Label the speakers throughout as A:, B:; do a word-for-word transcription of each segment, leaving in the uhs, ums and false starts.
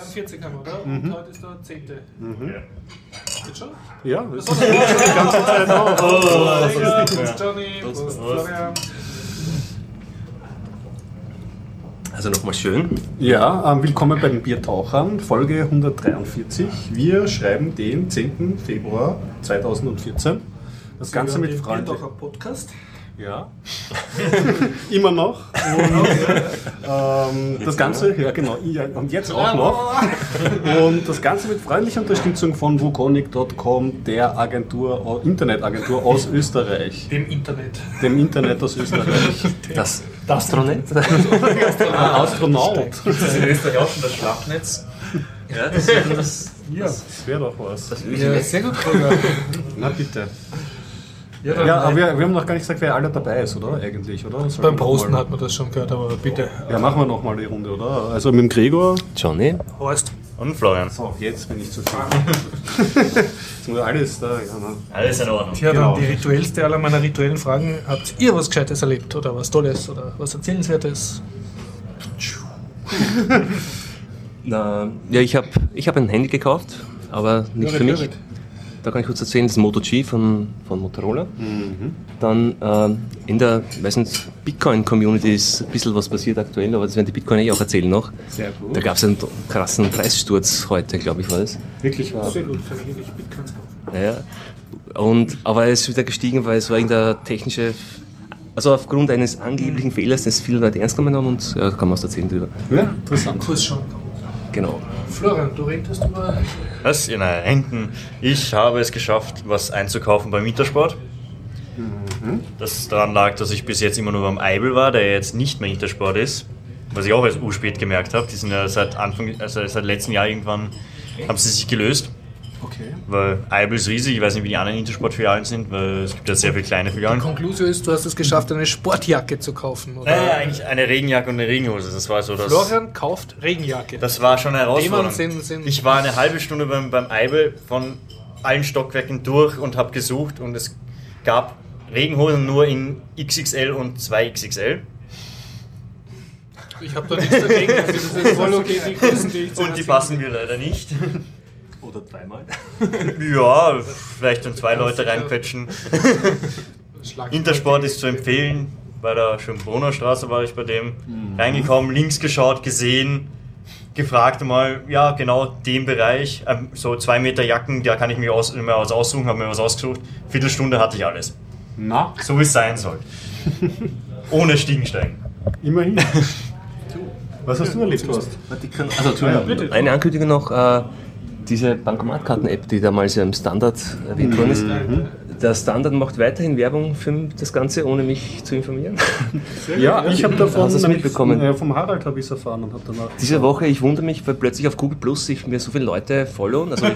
A: dreiundvierzig haben wir, oder?
B: Mhm.
A: Und heute ist der zehnte.
B: Mhm.
A: Geht schon?
B: Ja, das ist die ganze Zeit auch.
A: Prost, Prost Johnny, Prost Florian.
C: Also nochmal schön.
B: Ja, ähm, willkommen bei den Biertauchern, Folge hundertdreiundvierzig. Wir schreiben den zehnten Februar zweitausendvierzehn. Das Ganze mit Freunden.
A: Biertaucher-Podcast.
B: Ja, immer noch. Und, ähm, das Ganze, ja genau, ja, und jetzt auch noch. Und das Ganze mit freundlicher Unterstützung von Wukonic Punkt com, der Agentur, Internetagentur aus Österreich.
A: Dem Internet.
B: Dem Internet aus Österreich.
C: Das Astronet?
B: Astronaut.
D: Ist das in Österreich auch schon das Schlachtnetz?
C: Ja, das wäre das,
B: Ja, das wäre doch was.
C: das
A: Ja, sehr gut, Florian.
B: Na bitte.
A: Ja, dann,
B: Ja, aber wir, wir haben noch gar nicht gesagt, wer alle dabei ist, oder? Eigentlich, oder? Sollten
A: beim
B: wir
A: Prosten
B: noch
A: hat man das schon gehört, aber bitte.
B: mal, ja, machen wir nochmal die Runde, oder? Also mit dem Gregor.
C: Johnny.
A: Horst.
D: Und Florian.
B: So, jetzt bin ich zu viel. Jetzt muss alles da. Ja, na.
D: Alles in Ordnung.
A: Tja,
B: Genau.
A: dann die rituellste aller meiner rituellen Fragen. Habt ihr was Gescheites erlebt oder was Tolles oder was Erzählenswertes?
C: Na, ja, ich habe ich hab ein Handy gekauft, aber nicht für mich. Da kann ich kurz erzählen, das Moto G von, von Motorola.
B: Mhm.
C: Dann ähm, in der, weiß nicht, Bitcoin-Community ist ein bisschen was passiert aktuell, aber das werden die Bitcoiner eh auch erzählen noch.
B: Sehr gut.
C: Da gab es einen krassen Preissturz heute, glaube ich, war das.
B: Wirklich wahr.
A: Sehr gut, für mich nicht Bitcoins kaufen.
C: Naja. Und, aber er ist wieder gestiegen, weil es war irgendeine technische, also aufgrund eines angeblichen Fehlers, das viele Leute ernst genommen haben und ja, da kann man was erzählen drüber.
B: Ja, interessant.
A: Kurs schon.
C: Genau.
A: Florian, du redest über.
D: Was? Ja, nein, hinten. Ich habe es geschafft, was einzukaufen beim Intersport. Das daran lag, dass ich bis jetzt immer nur beim Eibel war, der jetzt nicht mehr Intersport ist. Was ich auch erst urspät gemerkt habe. Die sind ja seit Anfang, also seit letztem Jahr irgendwann, haben sie sich gelöst.
B: Okay.
D: Weil Eibel ist riesig, ich weiß nicht, wie die anderen Intersport-Filialen sind, weil es gibt ja sehr viele kleine Filialen.
A: Konklusio ist, du hast es geschafft, eine Sportjacke zu kaufen, oder?
D: Naja, eigentlich eine Regenjacke und eine Regenhose. Das war so das.
A: Florian kauft Regenjacke.
D: Das war schon eine Herausforderung.
A: Sind, sind
D: Ich war eine halbe Stunde beim, beim Eibel von allen Stockwerken durch und habe gesucht und es gab Regenhosen nur in X X L und zwei X X L.
A: Ich habe da nichts dagegen. Also das ist voll okay, die Größen, die ich
D: Und die passen mir leider nicht.
C: Oder dreimal.
D: Ja, vielleicht dann zwei Leute reinquetschen. Intersport ist zu empfehlen. Bei der Schönbrunner Straße war ich bei dem. Reingekommen, links geschaut, gesehen, gefragt mal, ja genau den Bereich, ähm, so zwei Meter Jacken, da kann ich mir aus, mir was aussuchen, habe mir was ausgesucht. Viertelstunde hatte ich alles.
B: Na,
D: So wie es sein soll. Ohne Stiegensteigen.
B: immerhin. Was hast du erlebt, Horst?
C: Also, Entschuldigung, eine Ankündigung noch, äh, diese Bankomatkarten-App, die damals ja im Standard erwähnt worden ist. Der Standard macht weiterhin Werbung für das Ganze, ohne mich zu informieren.
B: Ja, ich habe davon
C: Hast du es
B: nämlich
C: mitbekommen?
B: Äh, vom Harald habe ich es erfahren und habe danach.
C: Diese Woche, ich wundere mich, weil plötzlich auf Google Plus sich mir so viele Leute followen. Also ich,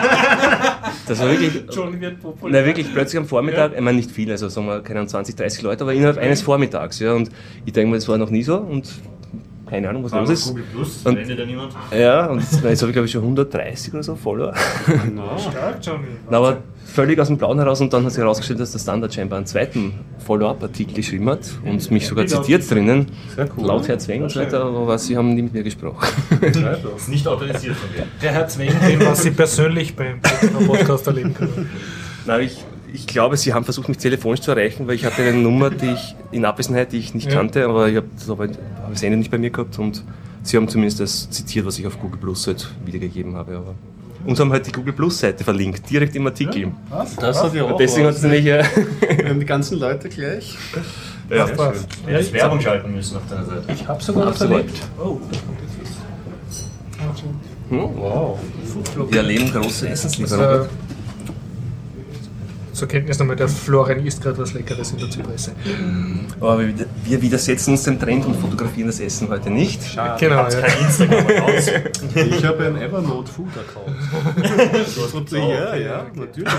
C: das war wirklich,
A: Johnny wird populär.
C: na, wirklich plötzlich am Vormittag, ich meine nicht viel, also sagen wir, keine Ahnung, zwanzig, dreißig Leute, aber innerhalb eines Vormittags. Ja, und ich denke mal, das war noch nie so und keine Ahnung, was los ist.
D: Google Plus,
C: Und-
D: wendet da niemand.
C: Ja, und jetzt habe ich glaube ich schon hundertdreißig oder so Follower.
A: Stark, Johnny.
C: Na, aber völlig aus dem Blauen heraus und dann hat sich herausgestellt, dass der Standard scheinbar einen zweiten Follow-up-Artikel geschrieben hat und mich sogar zitiert drinnen,
B: Sehr cool.
C: laut Herr Zweng und so weiter, aber sie haben nie mit mir gesprochen.
D: Ist nicht autorisiert von mir.
A: Der Herr Zweng, den was Sie persönlich beim Podcast erleben können.
C: Na, ich, ich glaube, sie haben versucht, mich telefonisch zu erreichen, weil ich hatte eine Nummer, die ich in Abwesenheit, die ich nicht
A: Ja.
C: kannte, aber ich habe das aber- habe das Ende nicht bei mir gehabt und sie haben zumindest das zitiert, was ich auf Google Plus halt wiedergegeben habe. Aber und sie haben halt die Google Plus Seite verlinkt, direkt im Artikel.
B: Das hat ja auch
C: Und deswegen hat
B: was.
C: es nämlich... Äh,
B: Wir haben die ganzen Leute gleich.
C: ja,
A: Was?
D: Du hättest Werbung schalten müssen auf deiner Seite.
A: Ich habe sogar was
C: Absolut.
A: erlebt. Oh.
C: hm?
B: Wow.
C: Wir erleben große Essenslieferungen.
A: Also, zur Kenntnis nochmal, der Florian isst gerade was Leckeres in der Zypresse.
C: Aber wir, wir widersetzen uns dem Trend und fotografieren das Essen heute nicht.
A: Genau, ja.
D: Kein Instagram-Account.
B: Ich habe einen Evernote Food Account. Ja, ja, natürlich.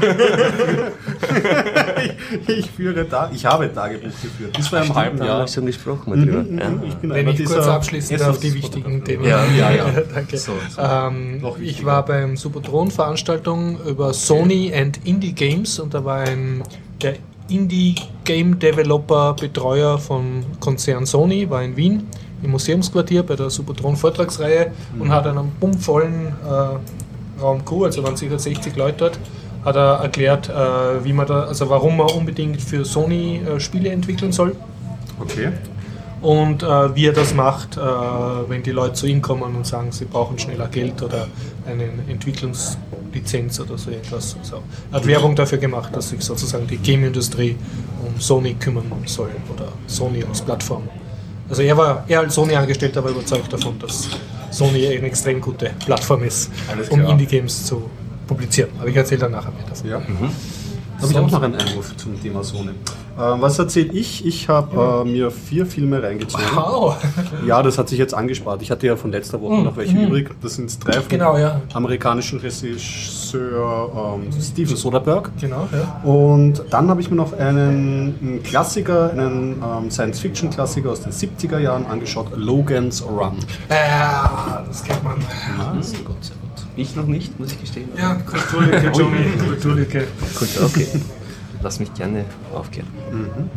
B: ich, ich führe da, ich habe Tagebuch geführt. Bis vor einem halben
C: Da
B: Jahr.
C: habe ich schon gesprochen mal drüber. Ja.
B: Ich bin
A: Wenn
B: einer
A: ich
B: dieser
A: kurz abschließen darf, die
B: Essens-
A: wichtigen Themen.
C: Ja, ja, ja.
A: Danke.
C: So, so.
A: Ähm,
B: Noch
A: ich
B: wichtiger.
A: war beim Supertron-Veranstaltung über Sony and Indie Games und da war ein, der Indie Game Developer Betreuer vom Konzern Sony, war in Wien im Museumsquartier bei der Supertron-Vortragsreihe mhm. und hat einen bummvollen äh, Raum Crew, also waren sicher sechzig Leute dort, hat er erklärt, äh, wie man da, also warum man unbedingt für Sony äh, Spiele entwickeln soll.
B: Okay.
A: Und äh, wie er das macht, äh, wenn die Leute zu ihm kommen und sagen, sie brauchen schneller Geld oder eine Entwicklungslizenz oder so etwas. Also, er hat Werbung dafür gemacht, dass sich sozusagen die Game-Industrie um Sony kümmern soll oder Sony als Plattform. Also er war, er als Sony-Angestellter war überzeugt davon, dass Sony eine extrem gute Plattform ist, um Indie-Games zu publizieren. Aber ich erzähle dann nachher mehr davon.
B: Ja. Mhm. Da habe ich auch noch einen Einwurf zum Thema Sony. Ähm, was erzähle ich? Ich habe äh, mir vier Filme reingezogen.
A: Wow!
B: Ja, das hat sich jetzt angespart. Ich hatte ja von letzter Woche mhm. noch welche mhm. übrig. Das sind drei vom
A: genau, ja.
B: amerikanischen Regisseur ähm, Steven Soderbergh.
A: Genau, ja.
B: Und dann habe ich mir noch einen, einen Klassiker, einen ähm, Science-Fiction-Klassiker aus den siebziger Jahren angeschaut, Logan's Run.
A: Ja, das kennt man.
B: Ja, das ist gut.
C: Ich noch nicht, muss ich gestehen.
A: Ja, Kulturlücke, Johnny, Kulturlücke.
C: Kultur, okay. Lass mich gerne aufklären.
B: Mhm.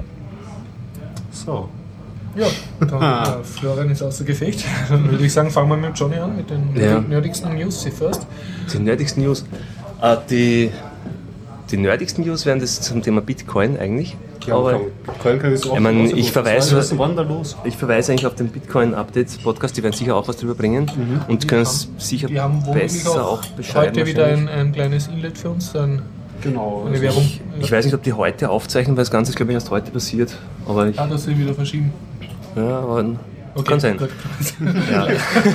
B: So.
A: Ja, dann äh, Florian ist außer Gefecht. Dann würde ich sagen, fangen wir mit Johnny an, mit den
C: ja.
A: nerdigsten News. Sie first.
C: Die nerdigsten News. Äh, die, die nerdigsten News wären das zum Thema Bitcoin eigentlich.
B: Ja, aber Bitcoin kann ich so
C: ich, mein, ich, verweise,
B: was war denn da los?
C: ich verweise eigentlich auf den Bitcoin-Update-Podcast, die werden sicher auch was drüber bringen mhm. und können es sicher
A: die haben
C: besser auch, auch beschreiben.
A: Heute wieder ein, ein kleines Inlet für uns, ein,
B: genau,
A: eine
B: also
A: Werbung.
C: Ich, ich weiß nicht, ob die heute aufzeichnen, weil das Ganze ist, glaube ich, erst heute passiert. Aber ich,
A: ja, dass sie wieder verschieben.
C: Ja, aber
A: okay,
C: kann sein.
A: Gut.
C: Ja.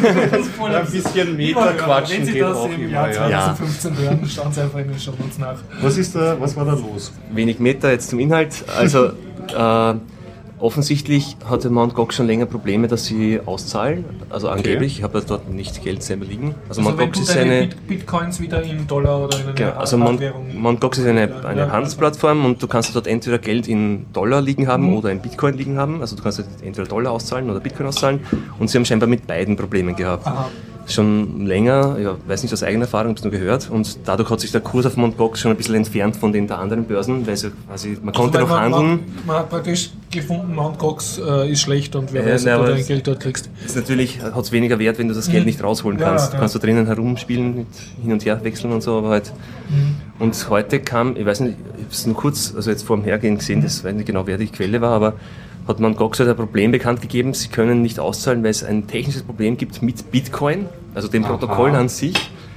B: Ein bisschen Meta-Quatschen geht auch
A: immer. Wenn Sie das im Jahr zwanzig fünfzehn hören, schauen Sie einfach in den Shownotes nach.
B: Was, ist da, was war da los?
C: Wenig Meta jetzt zum Inhalt. Also äh, offensichtlich hatte Mt. Gox schon länger Probleme, dass sie auszahlen. Also angeblich. Okay. Ich habe dort nicht Geld selber liegen. Also,
A: also
C: Mt.
A: wenn
C: Gox
A: du
C: ist
A: deine
C: eine
A: Bitcoins wieder in Dollar oder in eine
C: genau, also Mt. Gox ist eine, eine ja, Handelsplattform und du kannst dort entweder Geld in Dollar liegen haben mhm. oder in Bitcoin liegen haben. Also du kannst entweder Dollar auszahlen oder Bitcoin auszahlen. Und sie haben scheinbar mit beiden Problemen gehabt. Aha. Schon länger, ich weiß nicht aus eigener Erfahrung, ich habe es nur gehört, und dadurch hat sich der Kurs auf Mt. Gox schon ein bisschen entfernt von den der anderen Börsen, weil sie, quasi, man konnte also, noch man, handeln.
A: Man, man hat praktisch gefunden, Mt. Gox äh, ist schlecht und wer äh, weiß, ob du dein Geld dort kriegst.
C: Ist natürlich hat es weniger Wert, wenn du das Geld mhm. nicht rausholen kannst. Ja, du kannst da drinnen herumspielen, mit hin und her wechseln und so, aber halt. Mhm. Und heute kam, ich weiß nicht, ich habe es nur kurz, also jetzt vor dem Hergehen gesehen, das weiß nicht genau, wer die Quelle war, aber hat Mt. Gox halt ein Problem bekannt gegeben, sie können nicht auszahlen, weil es ein technisches Problem gibt mit Bitcoin, also dem Aha. Protokoll an sich.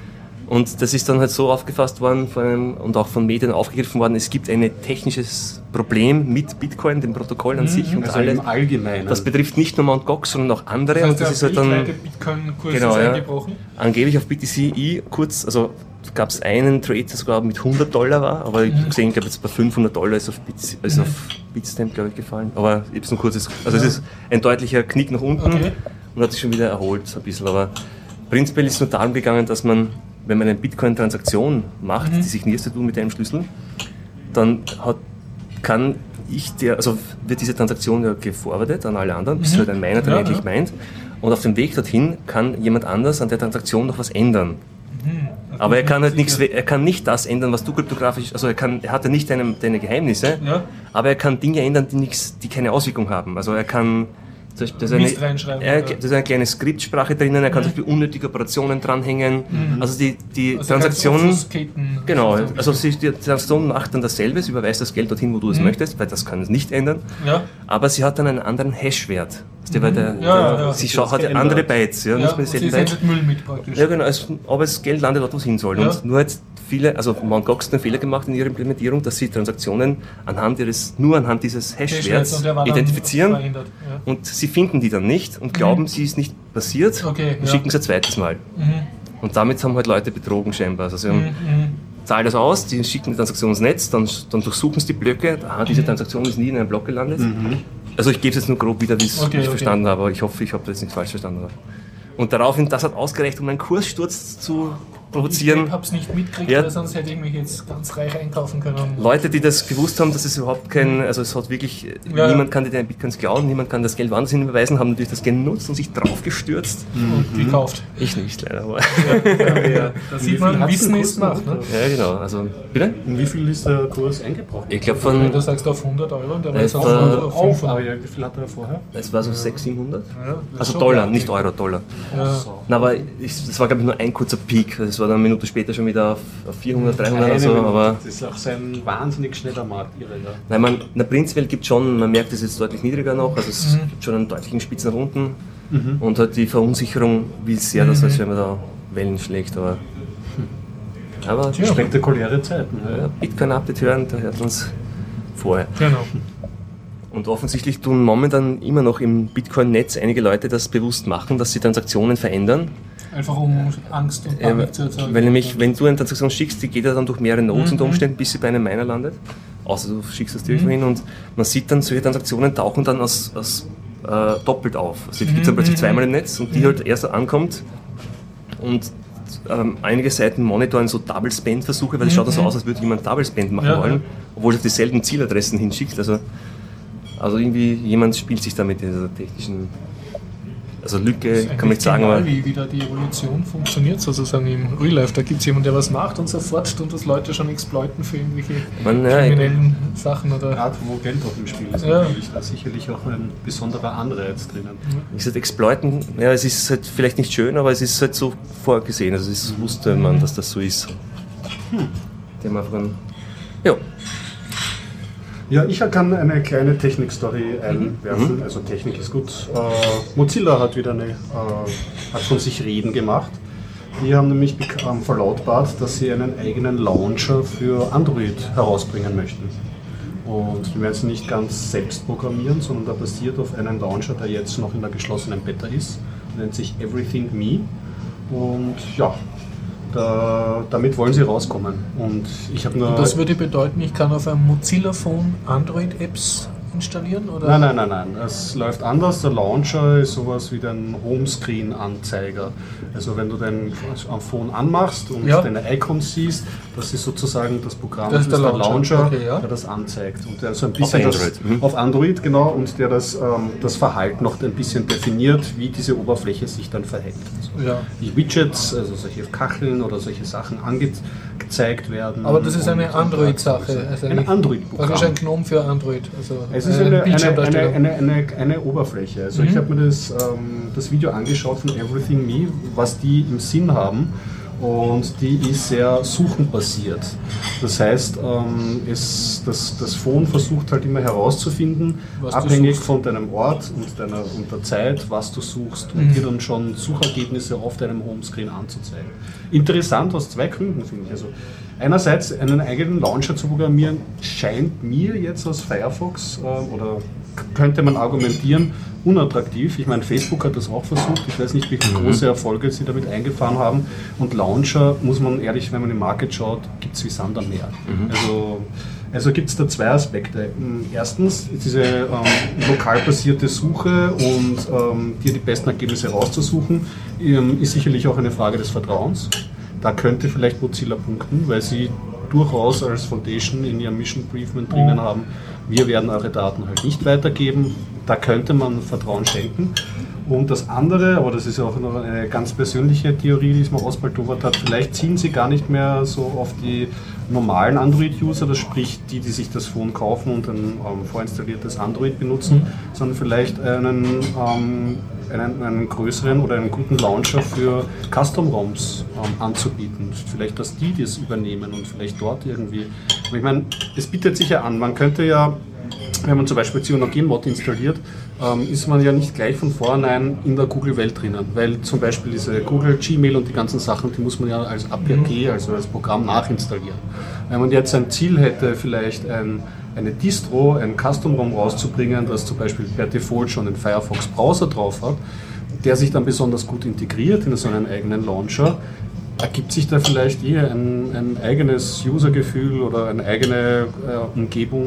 C: Und das ist dann halt so aufgefasst worden von einem, und auch von Medien aufgegriffen worden, es gibt ein technisches Problem mit Bitcoin, dem Protokoll an mhm. sich. Und
B: also
C: alle,
B: im Allgemeinen.
C: Das betrifft nicht nur Mt. Gox, sondern auch andere.
A: Das heißt,
C: und das ist halt dann
A: Bitcoin-Kurs
C: genau,
A: ist
C: ja,
A: eingebrochen.
C: Angeblich auf B T C I kurz, also gab es einen Trade, der sogar mit hundert Dollar war, aber ich habe gesehen, ich glaube jetzt bei fünfhundert Dollar ist auf, Bit, ist mhm. auf Bitstamp, glaube ich, gefallen. Aber ich habe es nur kurz, also ja. es ist ein deutlicher Knick nach unten okay. und hat sich schon wieder erholt ein bisschen. Aber prinzipiell ist es nur darum gegangen, dass man, wenn man eine Bitcoin-Transaktion macht, mhm. die signierst du mit einem Schlüssel, dann hat, kann ich dir, also wird diese Transaktion ja geforwardet an alle anderen, bis mhm. halt ein Miner dann ja, endlich ja. meint. Und auf dem Weg dorthin kann jemand anders an der Transaktion noch was ändern. Mhm. Aber er kann halt nichts, er kann nicht das ändern, was du kryptografisch, also er kann, er hat ja nicht deine, deine Geheimnisse, ja. aber er kann Dinge ändern, die nichts, die keine Auswirkung haben. Also er kann, da ist eine, er, da ist eine kleine Skriptsprache drinnen, er kann mhm. zum Beispiel unnötige Operationen dranhängen. Mhm. Also die, die also Transaktion, genau, also die Transaktion macht dann dasselbe, sie überweist das Geld dorthin, wo du es mhm. möchtest, weil das kann es nicht ändern. Ja. Aber sie hat dann einen anderen Hashwert. Mhm. Weil der,
A: ja,
C: der,
A: ja,
C: sie scha- hat ja andere Bytes. Ja,
A: ja, sie sendet Müll mit praktisch.
C: Ja, genau, also, aber das Geld landet dort, wo es hin soll. Ja. Und nur jetzt viele, also Mt. Gox hat einen Fehler gemacht in ihrer Implementierung, dass sie Transaktionen anhand ihres, nur anhand dieses Hashwerts identifizieren ja. und sie finden die dann nicht und glauben, mhm. sie ist nicht passiert okay, und ja. schicken es ein zweites Mal. Mhm. Und damit haben halt Leute betrogen scheinbar. Also sie haben, mhm. zahlen das aus, die schicken die Transaktion ins Netz, dann, dann durchsuchen sie die Blöcke, aha, diese Transaktion ist nie in einem Block gelandet. Mhm. Also ich gebe es jetzt nur grob wieder, wie okay, ich okay. verstanden habe, aber ich hoffe, ich habe das nicht falsch verstanden. Und daraufhin, das hat ausgereicht, um einen Kurssturz zu provozieren.
A: Ich habe es nicht mitgekriegt,
C: Ja.
A: weil sonst hätte ich mich jetzt ganz reich einkaufen können.
C: Leute, die das gewusst haben, dass es überhaupt kein, also es hat wirklich,
A: Ja,
C: niemand
A: ja.
C: kann dir den Bitcoins klauen, niemand kann das Geld woanders hin überweisen, haben natürlich das genutzt und sich draufgestürzt.
A: Und gekauft.
C: Ich nicht, leider, aber.
A: Ja, da sieht man, Wissen ist Macht. Ne?
C: Ja, genau, also, bitte?
B: Und wie viel ist der Kurs eingebrochen?
C: Ich glaube
A: Wenn
C: von,
A: du sagst auf hundert Euro und der war
C: Es
A: jetzt auf
C: war-
A: hundert auf
B: Auf,
A: fünfhundert.
B: aber ja, wie viel hat er vorher?
C: es war so sechshundert, siebenhundert?
A: Ja, das ist
C: Also
A: schon
C: Dollar,
A: klar.
C: nicht Euro, Dollar.
A: Ja.
C: Na, aber ich, das war glaube ich nur ein kurzer Peak, es war dann eine Minute später schon wieder auf, auf vierhundert, dreihundert oder
B: Eine
C: so,
B: Minute.
C: aber.
B: Das ist auch so ein wahnsinnig schneller Markt, irre, ja.
C: Nein, man, na, prinzipiell gibt es schon, man merkt es jetzt deutlich niedriger noch, also es gibt schon einen deutlichen Spitz nach unten und halt die Verunsicherung will sehr, dass als wenn man da Wellen schlägt, aber. Aber
A: Tja.
B: Spektakuläre Zeiten.
C: ja, Bitcoin-Update hören, da hört man es vorher.
A: Genau.
C: Und offensichtlich tun momentan immer noch im Bitcoin-Netz einige Leute das bewusst machen, dass sie Transaktionen verändern.
A: Einfach um Angst und
C: Ja,
A: Panik zu erzeugen.
C: weil nämlich, wenn du eine Transaktion schickst, die geht ja dann durch mehrere Nodes
A: Mhm.
C: unter Umständen, bis sie bei einem Miner landet. Außer du schickst das irgendwo hin und man sieht dann, solche Transaktionen tauchen dann als, als äh, doppelt auf. Also die gibt es dann plötzlich zweimal im Netz und die halt erst ankommt und ähm, einige Seiten monitoren so Double Spend Versuche, weil es schaut dann so aus, als würde jemand Double Spend machen
A: Ja,
C: wollen,
A: ja.
C: obwohl es dieselben Zieladressen hinschickt. Also, also irgendwie jemand spielt sich da mit dieser technischen, also Lücke, kann man nicht sagen, aber
A: wie, wie da die Evolution funktioniert, sozusagen im Real Life. Da gibt es jemanden, der was macht und sofort tun das Leute schon exploiten für irgendwelche
C: man, ja,
A: kriminellen Sachen. Oder
B: Gerade wo Geld auch im Spiel ist,
A: Ja.
B: natürlich da sicherlich auch ein besonderer Anreiz drinnen.
C: wie gesagt, exploiten, ja, es ist halt vielleicht nicht schön, aber es ist halt so vorgesehen, also es wusste man, dass das so ist. Die haben einfach einen, ja,
B: Ja, ich kann eine kleine Technik-Story einwerfen. Also Technik ist gut. Äh, Mozilla hat wieder eine, äh, hat von sich reden gemacht. Die haben nämlich bek- ähm, verlautbart, dass sie einen eigenen Launcher für Android herausbringen möchten. Und die werden sie nicht ganz selbst programmieren, sondern da basiert auf einem Launcher, der jetzt noch in der geschlossenen Beta ist. Nennt sich Everything Me. Und ja, da, damit wollen sie rauskommen. Und ich habe nur...
A: das würde bedeuten, ich kann auf einem Mozilla-Phone Android-Apps installieren? Oder?
B: Nein, nein, nein, nein. Es läuft anders. Der Launcher ist sowas wie dein Homescreen-Anzeiger. Also wenn du dein Phone anmachst und
A: Ja.
B: deine Icons siehst, das ist sozusagen das Programm,
A: Das ist der Launcher. Okay, ja.
B: der das anzeigt. Und der so ein bisschen
C: Auf
B: das,
C: Android. Mhm.
B: auf Android, genau, und der das, ähm, das Verhalten noch ein bisschen definiert, wie diese Oberfläche sich dann verhält. Also
A: Ja.
B: die Widgets, also solche Kacheln oder solche Sachen angezeigt werden.
A: Aber das ist eine
B: Und-
A: Android-Sache. Also
B: Ein Android-Programm.
A: Praktisch ein Gnome für Android. Also
B: Es ist eine, eine, eine,
A: Bildschirmdarstellung.
B: eine, eine, eine Oberfläche. Also ich habe mir das, ähm, das Video angeschaut von Everything Me, was die im Sinn haben. Und die ist sehr suchenbasiert. Das heißt, ähm, es, das, das Phone versucht halt immer herauszufinden,
A: Was du
B: abhängig
A: suchst.
B: von deinem Ort und deiner und der Zeit, was du suchst, und dir dann schon Suchergebnisse auf deinem Homescreen anzuzeigen. Interessant aus zwei Gründen, finde ich. Also einerseits einen eigenen Launcher zu programmieren, scheint mir jetzt aus Firefox äh, oder k- könnte man argumentieren, unattraktiv. Ich meine, Facebook hat das auch versucht. Ich weiß nicht, wie viele große Erfolge sie damit eingefahren haben. Und Launcher, muss man ehrlich, wenn man im Market schaut, gibt es wie Sand am Meer. Also, also gibt es da zwei Aspekte. Erstens, diese ähm, lokal basierte Suche und ähm, dir die besten Ergebnisse rauszusuchen, ähm, ist sicherlich auch eine Frage des Vertrauens. Da könnte vielleicht Mozilla punkten, weil sie durchaus als Foundation in ihrem Mission Briefment drinnen haben, wir werden eure Daten halt nicht weitergeben. Da könnte man Vertrauen schenken. Und das andere, aber das ist ja auch noch eine ganz persönliche Theorie, die es mal ausbaldowert hat, vielleicht ziehen sie gar nicht mehr so auf die normalen Android-User, das sprich die, die sich das Phone kaufen und ein ähm, vorinstalliertes Android benutzen, sondern vielleicht einen, ähm, einen, einen größeren oder einen guten Launcher für Custom-ROMs ähm, anzubieten. Vielleicht, dass die das übernehmen und vielleicht dort irgendwie. Aber ich meine, es bietet sich ja an, man könnte ja, wenn man zum Beispiel Cyanogen-Mod installiert, ähm, ist man ja nicht gleich von vornherein in der Google-Welt drinnen, weil zum Beispiel diese Google, Gmail und die ganzen Sachen, die muss man ja als A P K, also als Programm nachinstallieren. Wenn man jetzt ein Ziel hätte, vielleicht ein, eine Distro, ein Custom-ROM rauszubringen, das zum Beispiel per Default schon den Firefox-Browser drauf hat, der sich dann besonders gut integriert in so einen eigenen Launcher, ergibt sich da vielleicht eher ein, ein eigenes Usergefühl oder eine eigene äh, Umgebung,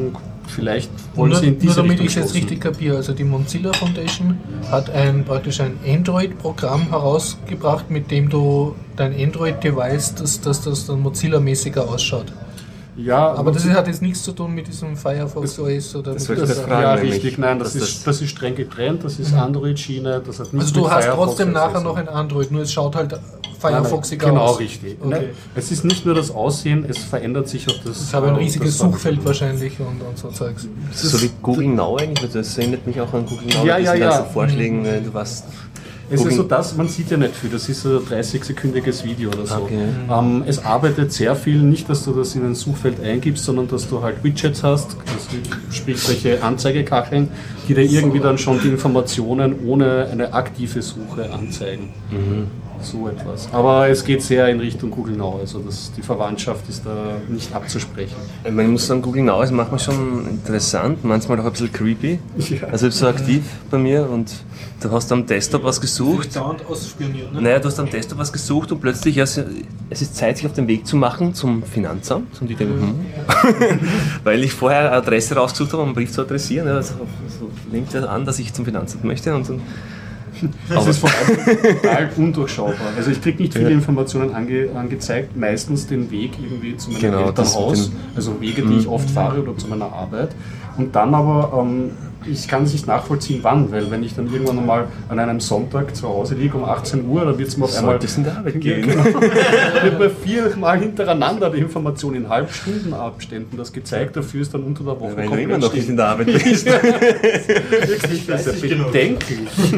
B: vielleicht wollen
A: nur,
B: sie in diese
A: Nur damit
B: Richtung
A: ich es jetzt
B: stoßen.
A: richtig kapiere, also die Mozilla Foundation hat ein, praktisch ein Android-Programm herausgebracht, mit dem du dein Android-Device, dass, dass das dann Mozilla-mäßiger ausschaut.
B: Ja,
A: Aber das hat jetzt nichts zu tun mit diesem Firefox O S oder
C: das
A: mit
C: wollte ich
A: dieser-
C: fragen.
B: ja,
C: nämlich,
B: richtig, nein, das,
C: dass
B: ist, das ist streng getrennt, das ist Android-Schiene, das hat nichts
A: Also du
B: mit
A: hast
B: Firefox
A: trotzdem
B: O S
A: nachher
B: zu
A: noch
B: tun.
A: ein Android, nur es schaut halt
B: Nein,
A: Firefoxiger
B: nein, genau
A: aus.
B: richtig.
A: Okay.
B: Nein, es ist nicht nur das Aussehen, es verändert sich auch das.
A: Ich habe ein riesiges
B: das
A: Suchfeld wahrscheinlich und, und so Zeugs.
C: So wie Google Now eigentlich, weil das erinnert mich auch an Google Now,
B: Ja,
C: mit
B: ja,
C: diesen
B: ja.
C: ganzen Vorschlägen, wenn du was...
B: Es
C: Google-
B: ist so das, man sieht ja nicht viel, das ist so ein dreißig-sekündiges Video oder so.
C: Okay.
B: Ähm, es arbeitet sehr viel, nicht, dass du das in ein Suchfeld eingibst, sondern dass du halt Widgets hast, das, sprich solche Anzeigekacheln, die dir irgendwie dann schon die Informationen ohne eine aktive Suche anzeigen. So etwas. Aber es geht sehr in Richtung Google Now, also das, die Verwandtschaft ist da nicht abzusprechen.
C: Ich meine, ich muss sagen, Google Now ist manchmal schon interessant, manchmal auch ein bisschen creepy.
B: Ja.
C: Also ich bin so aktiv bei mir und du hast am Desktop was gesucht.
A: Dauernd ausspioniert, ne?
C: Naja, du hast am Desktop was gesucht und plötzlich, ja, es ist Zeit, sich auf den Weg zu machen zum Finanzamt. Und ich denke, hm. Weil ich vorher eine Adresse rausgesucht habe, um einen Brief zu adressieren. Ja, also, so nimmt er an, dass ich zum Finanzamt möchte. Und dann,
B: Es ist vor allem total undurchschaubar. Also ich kriege nicht viele
C: Ja.
B: Informationen ange, angezeigt, meistens den Weg irgendwie zu meinem
C: Genau, das mit
B: Elternhaus,
C: dem-
B: also Wege, die ich oft fahre oder zu meiner Arbeit. Und dann aber, ähm, ich kann es nicht nachvollziehen, wann, weil wenn ich dann irgendwann einmal an einem Sonntag zu Hause liege um achtzehn Uhr, dann wird es mir auf einmal...
C: sollte es in der Arbeit gehen.
B: Genau. wird mir viermal hintereinander die Information in Halbstundenabständen das gezeigt, dafür ist dann unter der Woche
C: Weil du immer
B: komplett
C: noch nicht
B: still.
C: in der Arbeit bist.
B: Wirklich, das ist ja
D: genau.
B: bedenklich.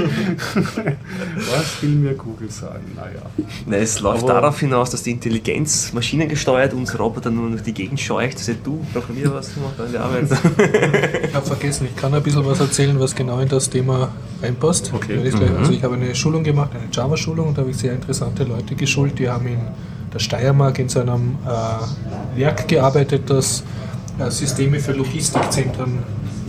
B: Was will mir Google sagen? Naja.
C: Nein, es läuft
B: Aber-
C: darauf hinaus, dass die Intelligenz maschinengesteuert uns Roboter nur durch die Gegend scheucht. Das ist ja du, noch mir was gemacht an der Arbeit.
A: Ich habe vergessen, ich kann ein bisschen was erzählen, was genau in das Thema reinpasst.
B: Okay.
A: Weil ich gleich- Also ich habe eine Schulung gemacht, eine Java-Schulung, und da habe ich sehr interessante Leute geschult. Die haben in der Steiermark in so einem äh, Werk gearbeitet, das äh, Systeme für Logistikzentren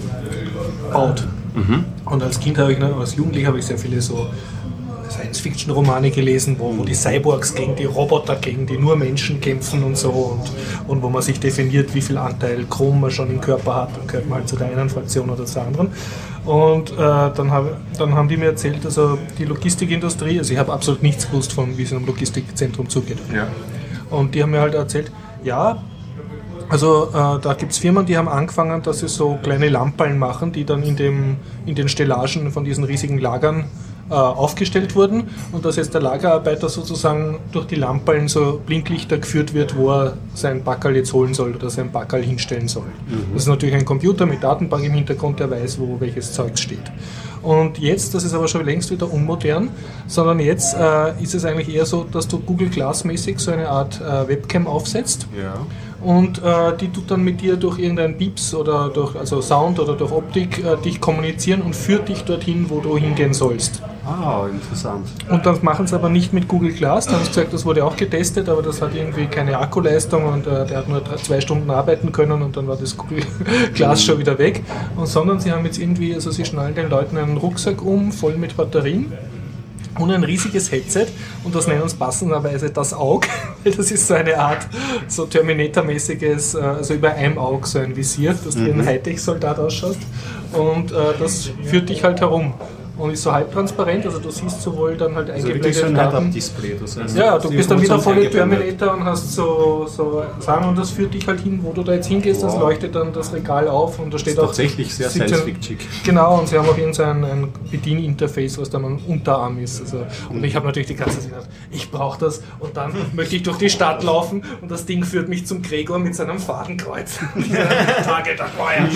A: baut. Und als Kind habe ich, ne, als Jugendlicher habe ich sehr viele so Science-Fiction-Romane gelesen, wo, wo die Cyborgs gegen die Roboter, gegen die nur Menschen kämpfen und so, und, und wo man sich definiert, wie viel Anteil Chrom man schon im Körper hat, dann gehört man halt zu der einen Fraktion oder zur anderen. Und äh, dann, hab, dann haben die mir erzählt, also die Logistikindustrie, also ich habe absolut nichts gewusst von, wie es in einem Logistikzentrum zugeht.
B: Ja.
A: Und die haben mir halt erzählt, ja, also äh, da gibt es Firmen, die haben angefangen, dass sie so kleine Lampen machen, die dann in, dem, in den Stellagen von diesen riesigen Lagern äh, aufgestellt wurden, und dass jetzt der Lagerarbeiter sozusagen durch die Lampen so Blinklichter geführt wird, wo er sein Backerl jetzt holen soll oder sein Backerl hinstellen soll. Das ist natürlich ein Computer mit Datenbank im Hintergrund, der weiß, wo welches Zeug steht. Und jetzt, das ist aber schon längst wieder unmodern, sondern jetzt äh, ist es eigentlich eher so, dass du Google Glass-mäßig so eine Art äh, Webcam aufsetzt.
B: Ja.
A: Und äh, die tut dann mit dir durch irgendein Pieps oder durch also Sound oder durch Optik äh, dich kommunizieren und führt dich dorthin, wo du hingehen sollst.
B: Ah, interessant.
A: Und das machen sie aber nicht mit Google Glass. Da haben sie gesagt, das wurde auch getestet, aber das hat irgendwie keine Akkuleistung, und äh, der hat nur drei, zwei Stunden arbeiten können, und dann war das Google Glass schon wieder weg. Und sondern sie haben jetzt irgendwie, also sie schnallen den Leuten einen Rucksack um, voll mit Batterien. Und ein riesiges Headset, und das nennen sie passenderweise das Auge, weil das ist so eine Art so Terminator-mäßiges, äh, also über einem Auge so ein Visier, dass du wie ein Hightech-Soldat ausschaust, und äh, das führt dich halt herum und ist so halbtransparent, also du siehst sowohl dann halt
B: Also wirklich so
A: eingeblendete
B: ein
A: Daten.
B: Head-Up-Display. Das heißt,
A: Ja, du
B: die
A: bist dann wieder
B: Information
A: voll
B: eingeblendet.
A: Terminator und hast so, so Sachen, und das führt dich halt hin, wo du da jetzt hingehst, das
B: Wow.
A: leuchtet dann das Regal auf, und da steht
B: ist
A: auch...
B: tatsächlich sehr
A: siebzehn
B: Science-Fiction.
A: Genau, und sie haben auch irgendein ein Bedieninterface, was dann am Unterarm ist. Also, und ich habe natürlich die ganze Zeit gedacht, ich brauche das, und dann möchte ich durch die Stadt laufen, und das Ding führt mich zum Gregor mit seinem Fadenkreuz. Target acquired.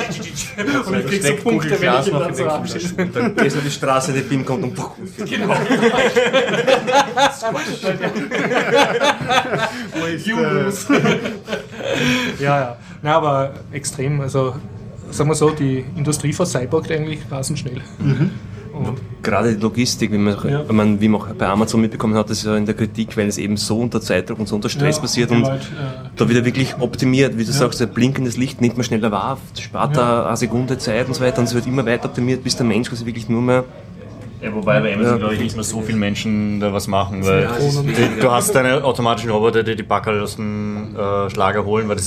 A: Und ich krieg so
B: steckt
A: Punkte,
B: Google
A: wenn
B: Glass
A: ich ihn
B: noch
A: dann
B: in
A: so
B: den
A: abschieße.
C: Dann gehst du auf die Straße, der Beam kommt und
A: Genau.
B: Wo ist,
A: Julius. Ja, ja. Na, aber extrem, also sagen wir so, die Industrie vercyborgt eigentlich rasend schnell. Und
C: gerade die Logistik, wie man,
A: Ja.
C: wenn man, wie man auch bei Amazon mitbekommen hat, das ist ja in der Kritik, weil es eben so unter Zeitdruck und so unter Stress
A: Ja,
C: passiert
A: die
C: und
A: Leute, äh,
C: da wird er wirklich optimiert, wie du sagst, ein blinkendes Licht nimmt man schneller wahr, spart da eine Sekunde Zeit und so weiter, und es wird immer weiter optimiert, bis der Mensch quasi wirklich nur mehr...
D: Ja, wobei bei Amazon,
C: Ja.
D: glaube ich, nicht mehr so viele Menschen da was machen, weil
A: Ja, das ist-
D: die, du hast deine automatischen Roboter, die die Backerl aus dem äh, Schlager holen, weil das ist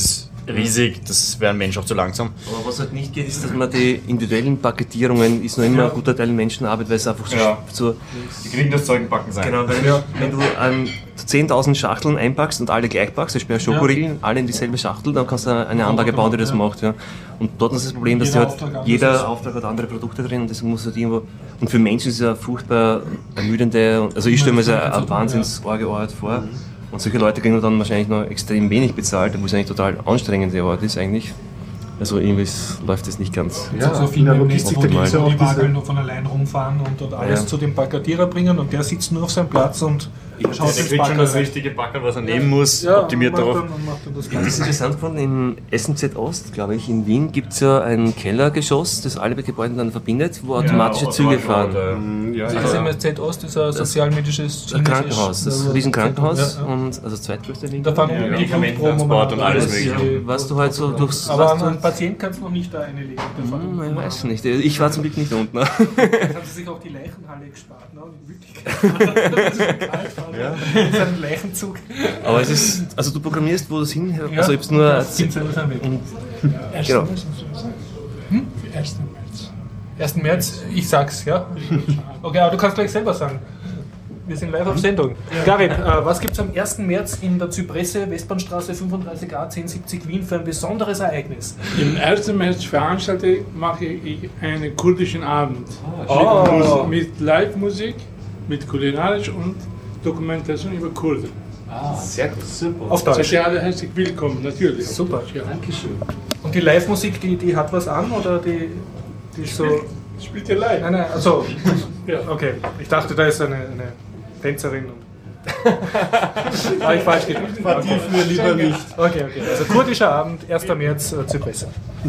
D: riesig, das wäre ein Mensch auch zu langsam.
C: Aber was halt nicht geht, ist, dass man die individuellen Paketierungen ist noch immer
A: Ja.
C: ein guter Teil Menschenarbeit, weil es einfach so,
D: Ja.
C: so
D: Die kriegen das Zeug backen sein.
C: genau, weil
A: Ja.
C: wenn du ähm, zehntausend Schachteln einpackst und alle gleich packst, zum Beispiel Schokoriegeln, alle in dieselbe Schachtel, dann kannst du eine Anlage bauen, die das
A: Ja.
C: macht. Ja. Und dort ist das Problem, dass
A: Jeder
C: die halt,
A: Auftrag anders ist.
C: jeder Auftrag hat andere Produkte drin und deswegen muss halt irgendwo. Und für Menschen ist es ja furchtbar ermüdende, also ich stelle mir das eine wahnsinns-arge Arbeit vor. Und solche Leute kriegen dann wahrscheinlich noch extrem wenig bezahlt, obwohl es eigentlich total anstrengende Arbeit ist eigentlich. Also irgendwie ist- läuft das nicht ganz.
B: Ja,
A: so
B: in
A: viele
B: der
A: im
B: Logistik,
A: Netz, wo
B: da
A: die,
B: gibt's ja
A: wo
B: auch
A: die Wagen
B: diese-
A: nur von allein rumfahren und dort alles
C: Ja.
A: zu dem Paketierer bringen und der sitzt nur auf seinem Platz und schaut
D: Der
A: ins
D: kriegt schon das
A: Backer rein.
D: richtige Backen, was er nehmen muss,
A: Ja,
D: optimiert
A: und macht
D: darauf.
A: dann, und macht dann das
C: Das
A: Ganze.
C: ist interessant gefunden, im S M Z Ost, glaube ich, in Wien gibt es ja ein Kellergeschoss, das alle Gebäude dann verbindet, wo automatische Züge fahren.
B: Ja,
A: Das
B: ja.
A: M S Z Ost ist ein sozialmedisches
C: Ein Krankenhaus, das ist ein riesen Krankenhaus
A: Ja, ja.
C: und also das zweitgrößte in Wien.
A: Da fahren
D: Ja,
A: die
D: Medikamententransport und alles
C: Das,
D: Mögliche.
C: ja, was du halt so durchs.
A: Aber
C: was
A: an
C: du,
A: einen Patient kannst du noch nicht da reinlegen. Der
C: Hm,
A: fährt-
C: ich weiß nicht, ich war zum Glück nicht unten.
A: Jetzt haben sie sich auch die Leichenhalle gespart, ne? In Wirklichkeit. Das ist schon kalt fahren. Mit seinem Leichenzug.
C: Aber es ist, also du programmierst, wo das hin,
A: Ja.
C: also ich hab's nur.
A: Ja, sind selber sein Weg.
C: und,
E: ersten
C: genau.
E: März musst du sagen. Hm? ersten März.
A: ersten März, ich sag's, ja? Okay, aber du kannst gleich selber sagen. Wir sind live auf Sendung. Garib, äh, was gibt's am ersten März in der Zypresse, Westbahnstraße fünfunddreißig a zehn siebzig Wien für ein besonderes Ereignis?
E: Im ersten März veranstalte mache ich einen kurdischen Abend.
A: Oh.
E: Mit, Mus- mit Live-Musik, mit kulinarisch und Dokumentation über Kurden.
C: Sehr gut.
B: Super.
A: Auf
E: Seid
A: Deutsch.
E: ihr alle herzlich willkommen, natürlich.
A: Super.
E: Ja.
B: Dankeschön.
A: Und die Live-Musik, die, die hat was an oder die, die ist so.
E: Spielt ihr live?
A: Nein, nein, also.
E: Ja.
A: Okay, ich dachte, da ist eine, eine Tänzerin. Und habe ich falsch gedacht.
B: Vertiefen wir lieber nicht.
A: Okay, okay. Also kurdischer Abend, erster März, äh, Zypresse.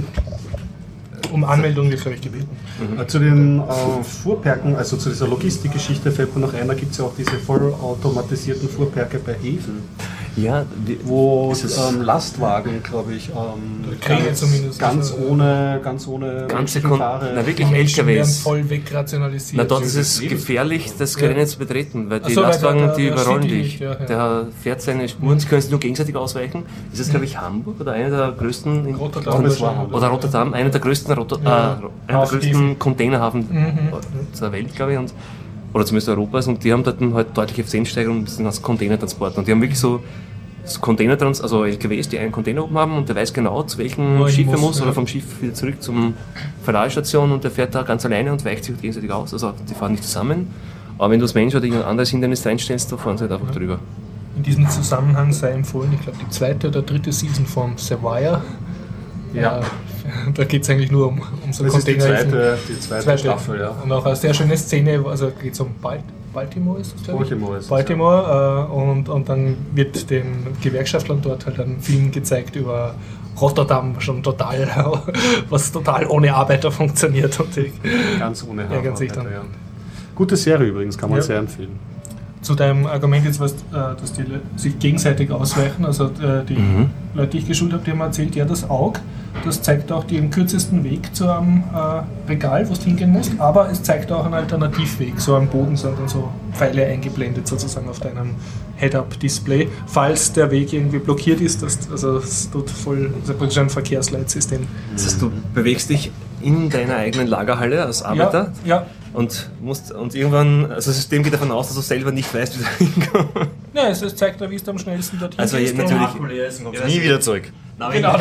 A: Um Anmeldung wird, glaube ich, gebeten.
B: Äh, Zu den äh, Fuhrperken, also zu dieser Logistikgeschichte fällt mir noch ein, da gibt es ja auch diese vollautomatisierten Fuhrperke bei Häfen,
C: Ja, wie-
B: wo
C: Ist es-
B: ähm, Lastwagen, glaube ich, ähm,
A: Kräne
B: ganz,
A: zumindest.
B: ganz
A: Also,
B: ohne, ganz ohne
C: ganze
B: menschlichen
C: Kon
B: Fahrer.
C: na wirklich
A: Die Menschen werden
C: L K Ws.
A: voll wegrationalisiert.
C: Na, dort ist es gefährlich, das Gelände zu betreten, weil die
A: Ach so, weil
C: Lastwagen,
A: der- der-
C: die
A: der
C: überrollen
A: sieht die
C: dich.
A: nicht, ja, ja.
C: Der fährt seine Spuren, sie können sich nur gegenseitig ausweichen. Ist das, glaube ich, Hamburg oder einer der größten in
A: Rotterdam.
B: glaube, es war
A: wahrscheinlich.
C: oder Rotterdam, einer der größten, Rotter,
A: Ja.
C: äh, einer der
A: Hafenhäfen.
C: größten Containerhafen
A: Mhm.
C: der Welt, glaube ich, und, oder zumindest Europas. Und die haben dort halt deutliche Effizienzsteigerung bis als Containertransport. Und die haben wirklich so, so Containertrans, also L K Ws, die einen Container oben haben und der weiß genau, zu welchem
A: Wohin
C: Schiff er
A: muss,
C: muss
A: ja.
C: oder vom Schiff wieder zurück zum Verladestation und der fährt da ganz alleine und weicht sich gegenseitig aus. Also die fahren nicht zusammen. Aber wenn du als Mensch oder irgendein anderes Hindernis reinstellst, da fahren sie halt einfach drüber.
A: In diesem Zusammenhang sei empfohlen, ich glaube, die zweite oder dritte Season von The Wire.
B: Ja.
A: Äh, Da geht es eigentlich nur um, um so
B: Das ist die
A: Container.
B: zweite, die zweite, Staffel, ja.
A: Und auch eine sehr schöne Szene, also geht es um Bal Baltimore, ist das, glaube ich?
B: Baltimore ist es,
A: Baltimore, äh, und, und dann wird den Gewerkschaftlern dort halt ein Film gezeigt über Rotterdam, schon total, was total ohne Arbeiter funktioniert. Und die,
B: Ganz ohne
A: Ärgern sich dann.
B: Ja. Gute Serie übrigens, kann man
A: Ja.
B: sehr empfehlen.
A: zu deinem Argument jetzt, was, äh, dass die Le- sich gegenseitig ausweichen, also äh, die
C: Mhm.
A: Leute, die ich geschult habe, die haben erzählt, ja, das Auge, das zeigt auch den kürzesten Weg zu einem äh, Regal, wo du hingehen musst, aber es zeigt auch einen Alternativweg. So am Boden sind dann so Pfeile eingeblendet sozusagen auf deinem Head-Up-Display, falls der Weg irgendwie blockiert ist, das, also es tut voll, also praktisch ein Verkehrsleitsystem.
C: Das heißt, du bewegst dich in deiner eigenen Lagerhalle als Arbeiter
A: Ja, ja.
C: und musst und irgendwann, also das System geht davon aus, dass du selber nicht weißt, wie du hinkommst.
A: Ja, es, es zeigt ja, wie es am schnellsten dorthin
C: Also
A: gehst.
C: je- natürlich-
A: Und-
D: Akku leer ist, dann kommst du nie wieder zurück.
A: Genau.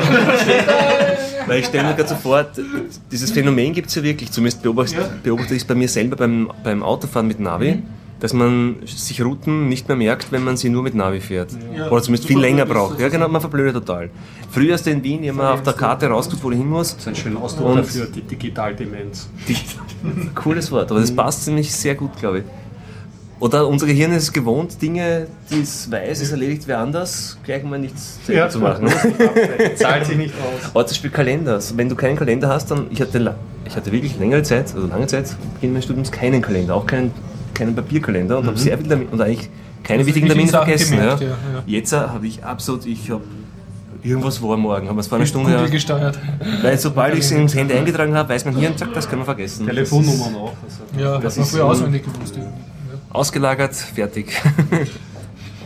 C: Weil ich stelle mir gerade so vor, dieses Phänomen gibt es ja wirklich, zumindest beobachte,
A: Ja.
C: beobachte ich es bei mir selber beim, beim Autofahren mit Navi, dass man sich Routen nicht mehr merkt, wenn man sie nur mit Navi fährt.
A: Ja.
C: Oder zumindest
A: Du
C: viel länger
A: verblödest
C: braucht. Ja genau, man verblödet total. Früher hast du in Wien immer auf der Karte rausgeguckt, wo du hin musst.
B: Das ist ein schöner Ausdruck
C: Und-
B: dafür, die Digitaldemenz.
C: Die, cooles Wort, aber das passt ziemlich sehr gut, glaube ich. Oder unser Gehirn ist es gewohnt, Dinge, die es weiß, es erledigt wer anders, gleich mal nichts selber zu machen.
B: Zahlt sich nicht aus.
C: Aber zum Beispiel Kalender. Also wenn du keinen Kalender hast, dann, ich hatte, la- ich hatte wirklich längere Zeit, also lange Zeit, zu Beginn meines Studiums keinen Kalender, auch keinen, keinen Papierkalender und habe sehr viel damit, und eigentlich keine
A: Also
C: wichtigen
A: die
C: Termine
A: Sachen
C: vergessen.
A: gemerkt,
C: ja.
A: ja, ja.
C: Jetzt äh, habe ich absolut, ich habe irgendwas war morgen, haben wir es vor einer
A: Bist
C: Stunde,
A: Google
C: ja,
A: gesteuert.
C: weil sobald ich es ins Handy eingetragen habe, weiß man hier, zack, das können wir vergessen.
B: Telefonnummern auch. Also
A: Ja,
C: Das
A: das hat man
C: ist
A: früher
C: so-
A: auswendig gewusst. Ja.
C: Ausgelagert, fertig.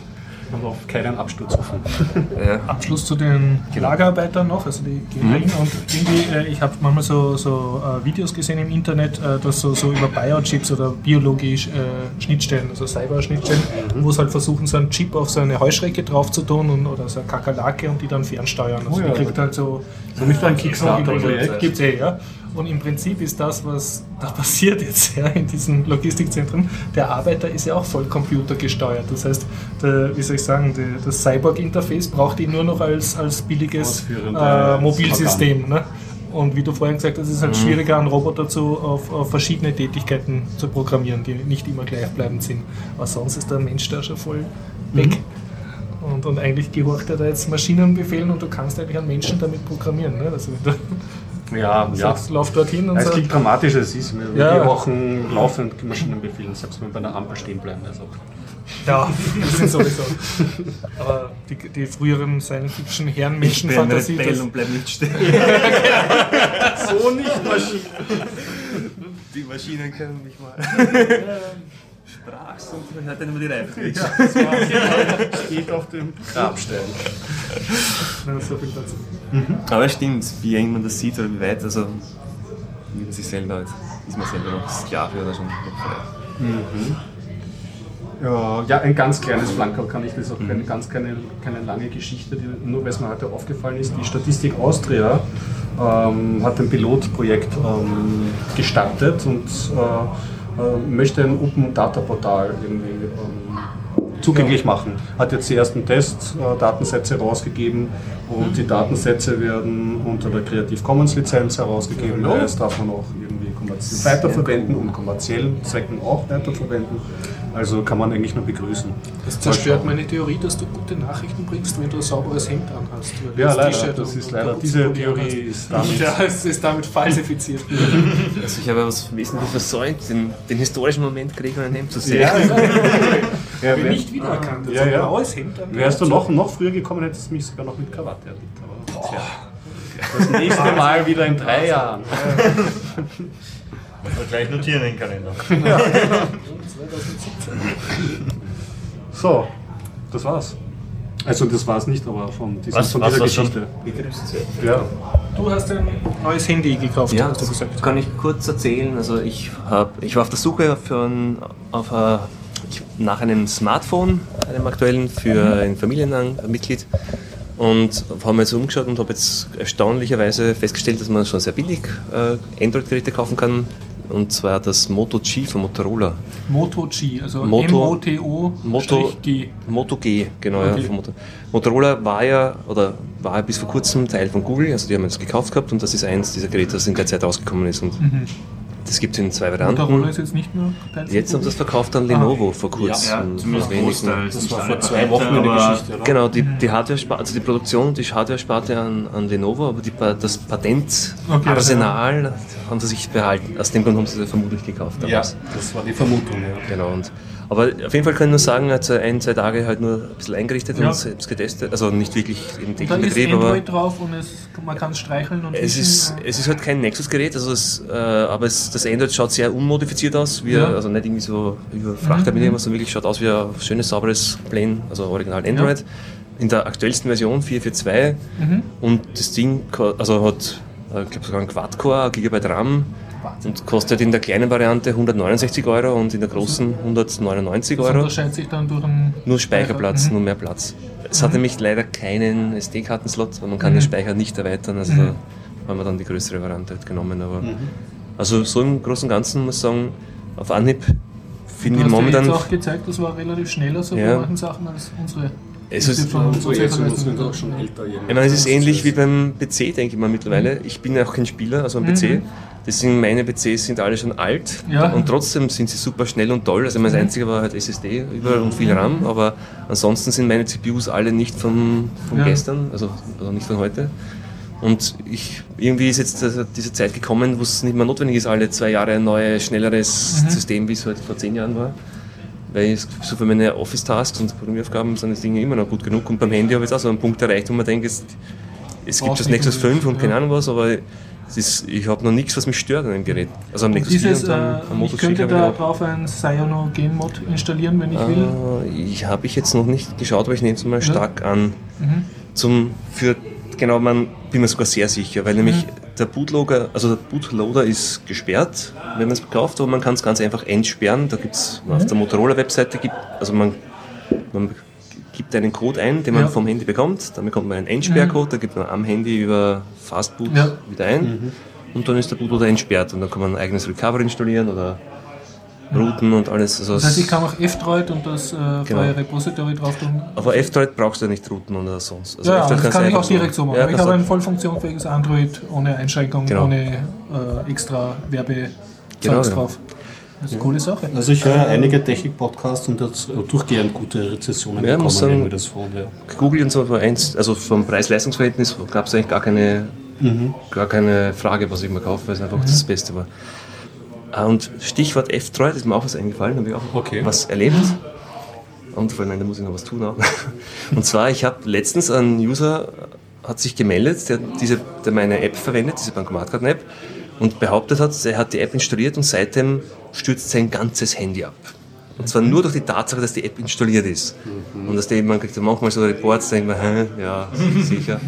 B: Und auf keinen Absturz hoffen.
C: Ja.
A: Abschluss zu den Lagerarbeitern noch, also die gehen rein und irgendwie, äh, ich habe manchmal so, so äh, Videos gesehen im Internet, äh, dass so, so über Biochips oder biologisch äh, Schnittstellen, also Cyber-Schnittstellen, mhm. wo es halt versuchen, so einen Chip auf so eine Heuschrecke drauf zu tun und, oder so eine Kakerlake und die dann fernsteuern. Also
B: oh ja,
A: die kriegt halt so...
B: So nicht ein Kickstarter-Projekt.
A: Gibt es eh, ja. Und im Prinzip ist das, was da passiert jetzt ja, in diesem Logistikzentrum, der Arbeiter ist ja auch voll computergesteuert. Das heißt, der, wie soll ich sagen, der, das Cyborg-Interface braucht ihn nur noch als, als billiges äh, Mobilsystem. Ne? Und wie du vorhin gesagt hast, es ist halt mhm. schwieriger, einen Roboter zu, auf, auf verschiedene Tätigkeiten zu programmieren, die nicht immer gleichbleibend sind. Aber sonst ist der Mensch da schon voll weg. Mhm. Und, und eigentlich gehorcht er da jetzt Maschinenbefehlen und du kannst eigentlich einen Menschen damit programmieren. Ne? Also wenn du
B: Ja, ja.
A: Lauf dorthin und
B: es
A: so.
B: klingt dramatisch, es ist. Wir
A: ja.
B: gehorchen laufend Maschinenbefehlen, selbst wenn wir bei einer Ampel stehen bleiben. Also.
A: Ja, das sind sowieso. Aber die, die früheren Science-Fiction-Herren-Menschen-Fantasie...
C: Ich bin und bleib nicht stehen.
B: So nicht Maschinen.
C: Die Maschinen können mich mal... Sprachst und man hat dann immer die Reifen.
B: Ja, das war, steht auf dem Grabstein.
A: So viel dazu.
C: Mhm. Aber es stimmt, wie eng man das sieht oder wie weit, also wie man sich selber halt, ist man selber noch Sklave oder schon noch frei.
B: Mhm. Ja, ja, ein ganz kleines Flankerl kann ich, das ist auch keine, ganz keine, keine lange Geschichte, die, nur weil es mir heute aufgefallen ist. Die Statistik Austria ähm, hat ein Pilotprojekt ähm, gestartet und äh, äh, möchte ein Open Data Portal irgendwie ähm, zugänglich machen. Hat jetzt die ersten Test-Datensätze rausgegeben und die Datensätze werden unter der Creative Commons Lizenz herausgegeben. Das heißt, darf man auch irgendwie kommerziell weiterverwenden und kommerziellen Zwecken auch weiterverwenden. Also kann man eigentlich nur begrüßen.
A: Das zerstört meine Theorie, dass du gute Nachrichten bringst, wenn du ein sauberes Hemd anhast.
B: Ja, das leider. Das ist leider. Diese Theorie ist damit,
A: ja, es ist damit falsifiziert.
C: Also ich habe was wesentlich versäumt, den, den historischen Moment kriege ich an einem Hemd zu sehen.
B: Ja, ja.
A: Ja, ich bin nicht wiedererkannt.
B: Ja, ja.
A: Blaues Hemd an.
B: Wärst du noch, noch früher gekommen, hättest du mich sogar noch mit Krawatte erlebt. Aber oh. Das nächste Mal wieder in drei Jahren.
D: Muss man gleich notieren in den Kalender.
B: Ja, genau. So, das war's. Also das war's nicht, aber von, diesem,
D: was,
B: von
D: was
B: dieser
D: was
B: Geschichte. Ja.
A: Du hast ein neues Handy gekauft,
C: Ja,
A: hast du gesagt.
C: Kann ich kurz erzählen. Also ich, hab, ich war auf der Suche für ein, auf a, ich, nach einem Smartphone, einem aktuellen, für ein Familienmitglied. Und habe mir jetzt umgeschaut und habe jetzt erstaunlicherweise festgestellt, dass man schon sehr billig äh, Android-Geräte kaufen kann. Und zwar das Moto G von Motorola.
A: Moto G, also
C: Moto,
A: M O T O
C: Moto
A: G.
C: Moto G, genau.
A: Okay.
C: Ja, von Moto. Motorola war ja, oder war ja bis vor kurzem Teil von Google, also die haben das gekauft gehabt und das ist eins dieser Geräte, das in der Zeit rausgekommen ist. Und
A: Mhm.
C: das gibt es in zwei Varianten.
A: Motorola ist jetzt nicht mehr Teil von
C: Jetzt haben sie das verkauft an Lenovo vor kurzem.
D: Ja, zumindest Großteil.
B: Das war vor zwei Wochen eine Geschichte, oder?
C: Genau, die, die Hardware-Sparte, also die Produktion, die Hardware-Sparte an, an Lenovo, aber die, das Patentarsenal okay, haben sie sich behalten. Aus dem Grund haben sie das vermutlich gekauft.
B: Ja, das war die Vermutung. Ja.
C: Genau. Und, aber auf jeden Fall kann ich nur sagen, hat ein, zwei Tage halt nur ein bisschen eingerichtet
A: ja.
C: und selbst getestet. Also nicht wirklich im täglichen
A: dann
C: Betrieb.
A: Ist Android
C: aber
A: drauf und es, man kann es streicheln und
C: es ist, es ist halt kein Nexus-Gerät, also es, äh, aber es, das Android schaut sehr unmodifiziert aus, wie,
A: ja.
C: also nicht irgendwie so überfrachtet, mhm. sondern wirklich schaut aus wie ein schönes, sauberes Plain, also original Android. Ja. In der aktuellsten Version vier Punkt vier Punkt zwei mhm. und das Ding also hat, ich glaube sogar ein Quad-Core, ein Gigabyte RAM. Und kostet in der kleinen Variante hundertneunundsechzig Euro und in der großen hundertneunundneunzig Euro. Das
A: unterscheidet sich dann durch einen
C: Nur Speicherplatz,
A: mhm.
C: nur mehr Platz. Es mhm. hat nämlich leider keinen S D-Kartenslot, weil man kann
A: mhm.
C: den Speicher nicht erweitern, also mhm. da haben wir dann die größere Variante halt genommen. Aber mhm. Also so im Großen und Ganzen muss ich sagen, auf Anhieb finde ich momentan...
A: Du hast ja auch gezeigt, das war relativ schneller so
C: ja.
A: bei manchen Sachen als unsere...
C: Es ist,
B: von so jetzt sind auch schon älter.
C: Ich meine, es ist ähnlich wie beim P C, denke ich mal mittlerweile. Ich bin ja auch kein Spieler, also am mhm. P C. Deswegen meine P Cs sind alle schon alt
A: ja.
C: und trotzdem sind sie super schnell und toll. Also mein mhm. einziger war halt S S D überall und viel RAM, aber ansonsten sind meine C P Us alle nicht von, von ja. gestern, also, also nicht von heute. Und ich, irgendwie ist jetzt diese Zeit gekommen, wo es nicht mehr notwendig ist, alle zwei Jahre ein neues, schnelleres mhm. System, wie es halt vor zehn Jahren war. Weil ich, so für meine Office-Tasks und Programmieraufgaben sind die Dinge immer noch gut genug. Und beim Handy habe ich jetzt auch so einen Punkt erreicht, wo man denkt, es, es gibt das Nexus fünf und keine Ahnung was, aber es ist, ich habe noch nichts, was mich stört an dem Gerät. Also am
A: Und
C: Nexus
A: dieses,
C: vier und am,
A: äh,
C: am
A: ich
C: Moto
A: könnte
C: G,
A: da
C: glaub
A: drauf ein Cyano Game Mod installieren, wenn ich will.
C: ich. Äh, ich habe ich jetzt noch nicht geschaut, aber ich nehme es mal stark an.
A: Mhm.
C: Zum, für, genau, man bin mir sogar sehr sicher, weil nämlich
A: Mhm.
C: der Bootloader, also der Bootloader ist gesperrt, wenn man es kauft, aber man kann es ganz einfach entsperren. Da gibt es auf der Motorola-Webseite, gibt, also man, man gibt einen Code ein, den man
A: Ja.
C: vom Handy bekommt, dann bekommt man einen Entsperrcode, da gibt man am Handy über Fastboot
A: Ja.
C: wieder ein und dann ist der Bootloader entsperrt und dann kann man ein eigenes Recovery installieren oder routen und alles. Also
A: Das heißt, ich kann auch F-Droid und das äh, freie
C: Genau.
A: Repository drauf tun.
C: aber F-Droid brauchst du ja nicht routen oder sonst. Also
A: Ja,
C: F-Droid
A: das
C: kannst
A: kann
C: du
A: ich auch
C: einfach
A: direkt so machen.
C: Ja,
A: ich
C: kannst
A: habe
C: du-
A: ein voll funktionsfähiges Android ohne Einschränkung,
C: Genau.
A: ohne äh, extra Werbezeugs
C: Genau, ja.
A: drauf. Das ist eine coole Sache.
B: Also ich höre einige Technik-Podcasts und jetzt durchgehend gute Rezessionen
C: Ja, muss sagen-
B: irgendwie das von, ja.
C: Google und so war eins, also vom Preis-Leistungs-Verhältnis gab es eigentlich gar keine, gar keine Frage, was ich mir kaufe, weil es einfach das Beste war. Ah, und Stichwort F-Droid ist mir auch was eingefallen, habe ich auch
B: Okay.
C: was erlebt. Und vor allem, da muss ich noch was tun auch. Und zwar, ich habe letztens ein User hat sich gemeldet, der, diese, der meine App verwendet, diese Bankomatkarten-App, und behauptet hat, er hat die App installiert und seitdem stürzt sein ganzes Handy ab. Und zwar nur durch die Tatsache, dass die App installiert ist. Und dass der, man kriegt dann manchmal so Reports, denkt man, hä, ja, sicher.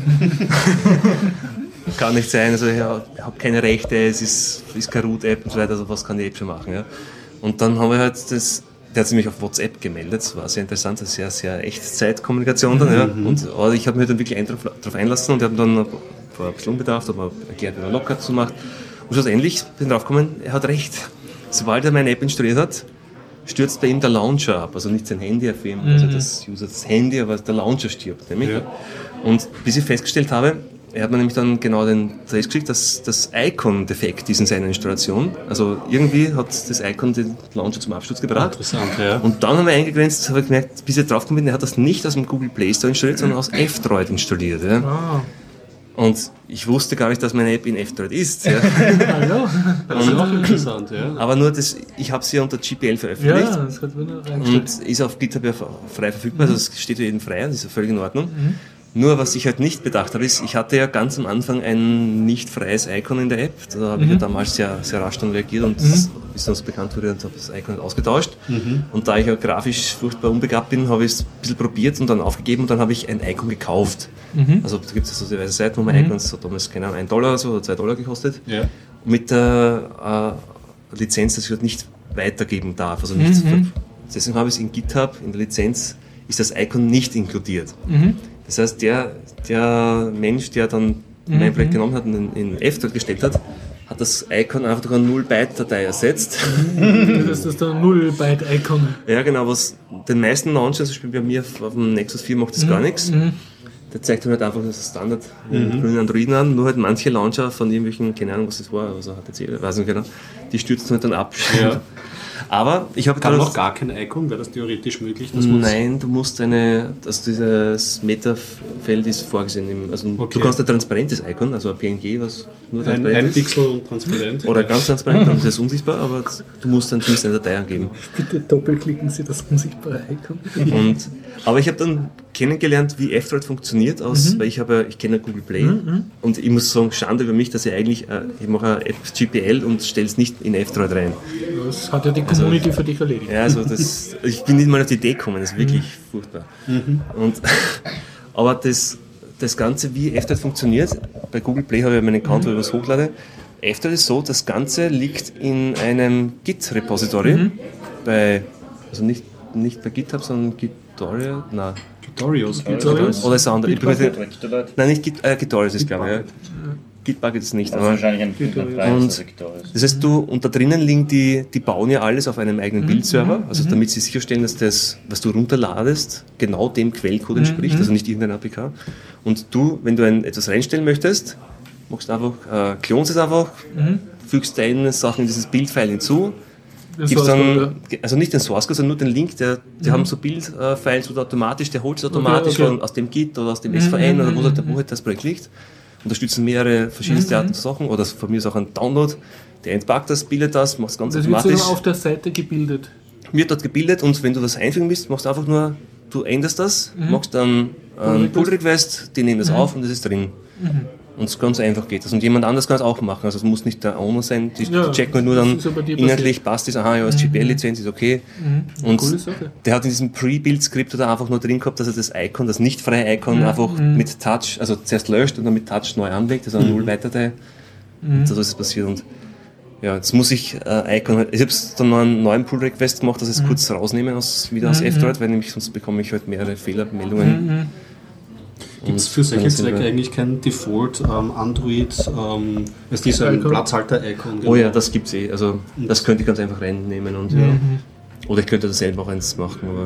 C: Kann nicht sein, also ich habe keine Rechte, es ist, ist keine Root-App und so weiter, also was kann die App schon machen. Ja? Und dann haben wir halt das, der hat sich mich auf WhatsApp gemeldet, das war sehr interessant, das ist sehr, sehr Echtzeitkommunikation dann. Ja? Und aber ich habe mich dann wirklich ein, darauf einlassen und ich habe dann vor ein bisschen Unbedarft, aber erklärt, wie man locker dazu macht. Und schlussendlich bin ich drauf gekommen, er hat recht. Sobald er meine App installiert hat, stürzt bei ihm der Launcher ab, also nicht sein Handy auf ihm, also das User das Handy, aber der Launcher stirbt nämlich.
B: Ja.
C: Und bis ich festgestellt habe, er hat mir nämlich dann genau den Trace gekriegt, dass das Icon defekt ist in seiner Installation. Also irgendwie hat das Icon den Launcher zum Absturz gebracht.
B: Interessant, ja.
C: Und dann haben wir eingegrenzt, habe ich gemerkt, bis ich drauf gekommen bin, er hat das nicht aus dem Google Play Store installiert, sondern aus F-Droid installiert. Ja.
A: Ah,
C: Und ich wusste gar nicht, dass meine App in F-Droid ist. Ja.
A: hallo?
B: Das ist auch interessant, ja.
C: Aber nur das, ich habe sie ja unter G P L veröffentlicht.
A: Ja, das hat man reingestellt.
C: Und ist auf GitHub ja frei verfügbar, also es steht für jeden frei, das ist ja völlig in Ordnung. Nur was ich halt nicht bedacht habe, ist, ich hatte ja ganz am Anfang ein nicht freies Icon in der App. Da habe ich ja damals sehr, sehr rasch dann reagiert und bis dann so bekannt wurde und habe das Icon halt ausgetauscht. Und da ich ja grafisch furchtbar unbegabt bin, habe ich es ein bisschen probiert und dann aufgegeben und dann habe ich ein Icon gekauft. Also da gibt es so diverse Seiten, wo man Icons, so damals, keine Ahnung, ein Dollar oder so oder zwei Dollar gekostet.
B: Ja.
C: Mit der äh, Lizenz, dass ich halt nicht weitergeben darf. Also nicht, deswegen habe ich es in GitHub, in der Lizenz, ist das Icon nicht inkludiert. Das heißt, der, der Mensch, der dann mein Projekt genommen hat und in, in F-Droid gestellt hat, hat das Icon einfach durch eine null Byte Datei ersetzt.
A: Das ist das der null Byte Icon.
C: Ja, genau, was den meisten Launchern, zum Beispiel bei mir auf dem Nexus vier macht das gar nichts. Der zeigt halt einfach das Standard mhm. grünen Androiden an, nur halt manche Launcher von irgendwelchen, keine Ahnung, was das war, also H T C, weiß nicht genau, die stürzen halt dann ab.
B: Ja.
C: Aber ich habe
B: Kann
C: gerade
B: noch gar kein Icon, wäre das theoretisch möglich? Dass man's-
C: Nein, du musst eine, also dieses Metafeld ist vorgesehen. Im, also
B: Okay.
C: du kannst ein transparentes Icon, also ein P N G, was nur
B: Ein,
C: transparent
B: ein
C: ist.
B: Pixel und transparent.
C: Oder ganz transparent, dann ist es unsichtbar, aber du musst dann zumindest eine Datei angeben.
A: Bitte doppelklicken Sie das unsichtbare Icon.
C: Und, aber ich habe dann kennengelernt, wie F-Droid funktioniert, aus, weil ich habe, ich kenne Google Play und ich muss sagen, Schande über mich, dass ich eigentlich, äh, ich mache eine App G P L und stelle es nicht in F-Droid rein.
A: Das hat ja die Community für dich erledigt.
C: Ja, also das, ich bin nicht mal auf die Idee gekommen, das ist wirklich furchtbar. Und, aber das, das Ganze, wie F-Droid funktioniert, bei Google Play habe ich meinen Account, wo ich was hochlade. F-Droid ist so, das Ganze liegt in einem Git-Repository, bei, also nicht, nicht bei GitHub, sondern Gitorial, nein,
B: Tutorials.
A: Tutorials?
C: oder ist es andere? Ich bin mir nicht-
D: Gitbucket.
C: Nein, nicht Git, äh, Gitorial ist glaube ich, ja. Gitbucket ist nicht,
D: Das ist
C: aber
D: wahrscheinlich ein freies
C: Und-
D: Sektor.
C: das heißt, du, und da drinnen liegen die, die bauen ja alles auf einem eigenen Bildserver, also damit sie sicherstellen, dass das, was du runterladest, genau dem Quellcode entspricht, also nicht irgendein A P K. Und du, wenn du ein, etwas reinstellen möchtest, machst du einfach, äh, klonst es einfach, fügst deine Sachen in dieses Bildfile hinzu,
A: Das
C: gibst
A: war's
C: dann,
A: dann,
C: also nicht den Source Code, sondern nur den Link, der, die haben so Bildfiles, wo du automatisch, der holt es automatisch
A: Okay, okay.
C: Von, aus dem Git oder aus dem S V N oder wo, halt- wo halt das Projekt liegt. Unterstützen mehrere verschiedenste Arten von Sachen oder von mir ist auch ein Download, der entpackt das, bildet das, macht es ganz
A: Das wird so
C: automatisch.
A: dann auf der Seite gebildet.
C: Wird dort gebildet und wenn du das einfügen willst, machst du einfach nur, du änderst das, machst dann
A: Pull
C: einen
A: Request.
C: Pull Request, die nehmen das auf und das ist drin.
A: Mhm.
C: Und es ganz einfach geht das. Und jemand anders kann es auch machen. Also es muss nicht der Owner sein. Die
A: Ja,
C: checken halt nur dann
A: das ist aber dir
C: inhaltlich, passt das, aha, ja, ist G P L-Lizenz, ist okay.
A: Mhm.
C: Und
A: Coole Sache.
C: der hat in diesem Pre-Build-Skript da einfach nur drin gehabt, dass er das Icon, das nicht freie Icon,
A: Mhm.
C: einfach
A: Mhm.
C: mit Touch, also zuerst löscht und dann mit Touch neu anlegt, also null Weiterteil.
A: Mhm.
C: So ist es passiert. Und ja, jetzt muss ich äh, Icon, ich habe dann noch einen neuen Pull-Request gemacht, dass ich es
A: Mhm.
C: kurz rausnehmen aus, wieder aus
A: Mhm.
C: F-Droid, weil nämlich sonst bekomme ich halt mehrere Fehlermeldungen.
A: Mhm.
B: Gibt es
C: Und
B: für solche
C: dann sind
B: Zwecke
C: wir-
B: eigentlich kein Default ähm, Android, ähm, ist dieser ein
A: Icon?
B: Platzhalter-Icon?
C: Oh ja, das gibt's eh. Also das könnte ich ganz einfach reinnehmen und ja.
A: Mhm.
C: Oder ich könnte das selber auch eins machen, aber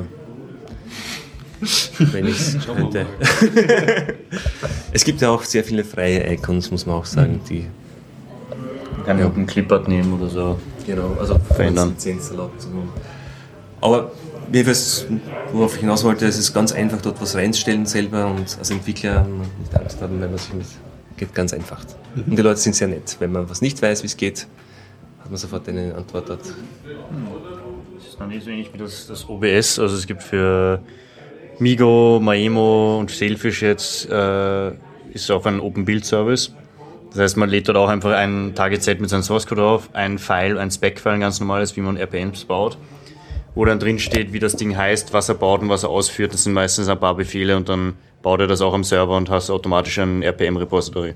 C: wenn ich es
B: Schauen wir
C: könnte.
B: mal.
C: Es gibt ja auch sehr viele freie Icons, muss man auch sagen, die
D: Man kann ja auch einen Clipart nehmen oder so.
C: genau, also
D: Verändern.
C: Lizenzsalat. Aber wie ich weiß, worauf ich hinaus wollte, es ist ganz einfach, dort was reinstellen selber und als Entwickler nicht Angst haben, wenn man sich mit geht ganz einfach. Und die Leute sind sehr nett. Wenn man was nicht weiß, wie es geht, hat man sofort eine Antwort dort.
D: Das ist dann eh so ähnlich wie das, das O B S. Also es gibt für Migo, Maemo und Sailfish jetzt äh, ist auch ein Open Build Service. Das heißt, man lädt dort auch einfach ein Target-Set mit seinem Source-Code drauf, ein File, ein Spec-File, ein ganz normales, wie man R P Ms baut, wo dann drin steht, wie das Ding heißt, was er baut und was er ausführt. Das sind meistens ein paar Befehle und dann baut er das auch am Server und hast automatisch ein R P M-Repository.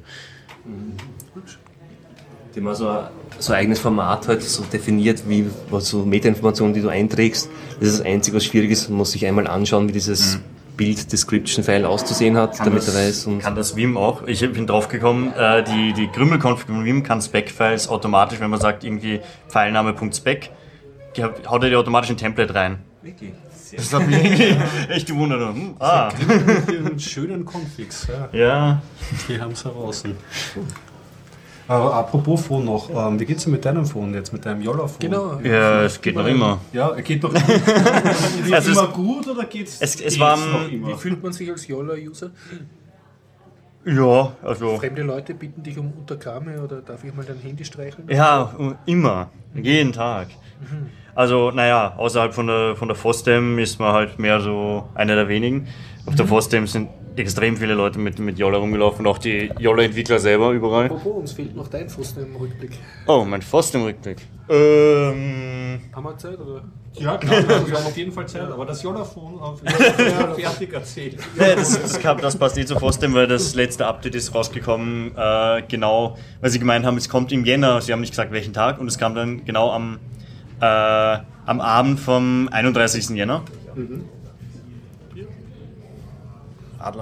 C: Die haben so ein, so ein eigenes Format halt so definiert, wie was so Metainformationen, die du einträgst. Das ist das Einzige, was schwierig ist. Man muss sich einmal anschauen, wie dieses
D: Mhm.
C: Bild-Description-File auszusehen hat,
D: Kann
C: damit
D: das,
C: er weiß. Und
D: kann das Vim auch. Ich bin drauf gekommen, äh, die, die Grümel-Config von Vim kann Spec-Files automatisch, wenn man sagt, irgendwie Pfeilname.spec, haut er dir automatisch ein Template rein.
C: wirklich?
D: Das hat mich irgendwie echt gewundert. Hm, ah.
B: Für einen schönen Configs, ja.
D: Ja.
B: Die haben es heraus. Äh, apropos Phone noch, ähm, wie geht's denn mit deinem Phone jetzt, mit deinem Yolla-Phone?
A: Genau.
D: Ja, es geht noch immer.
B: Ja, geht doch immer
D: Also es-
B: gut oder geht's?
D: Es, es
B: geht's
D: war
B: noch
D: am-
B: immer?
A: Wie fühlt man sich als Yola-User?
D: Ja, also.
A: Fremde Leute bitten dich um Autogramme oder darf ich mal dein Handy streicheln?
D: Ja, immer. Jeden Tag. Also, naja, außerhalb von der, von der FOSDEM ist man halt mehr so einer der wenigen. Auf der FOSDEM sind extrem viele Leute mit, mit Yolla rumgelaufen, auch die Yolla-Entwickler selber überall.
A: Apropos, uns fehlt noch dein Fuß im Rückblick.
D: Oh, mein FOSDEM-Rückblick. Ähm.
A: Haben wir Zeit, oder?
B: Ja, klar, wir haben auf jeden Fall Zeit, aber das Yolla-Phone auf fertig erzählt.
D: Ja, das, das, kam, das passt eh zu FOSDEM, weil das letzte Update ist rausgekommen, äh, genau, weil sie gemeint haben, es kommt im Jänner, sie haben nicht gesagt welchen Tag, und es kam dann genau am, äh, am Abend vom einunddreißigsten Jänner.
B: Mhm.
D: Adler.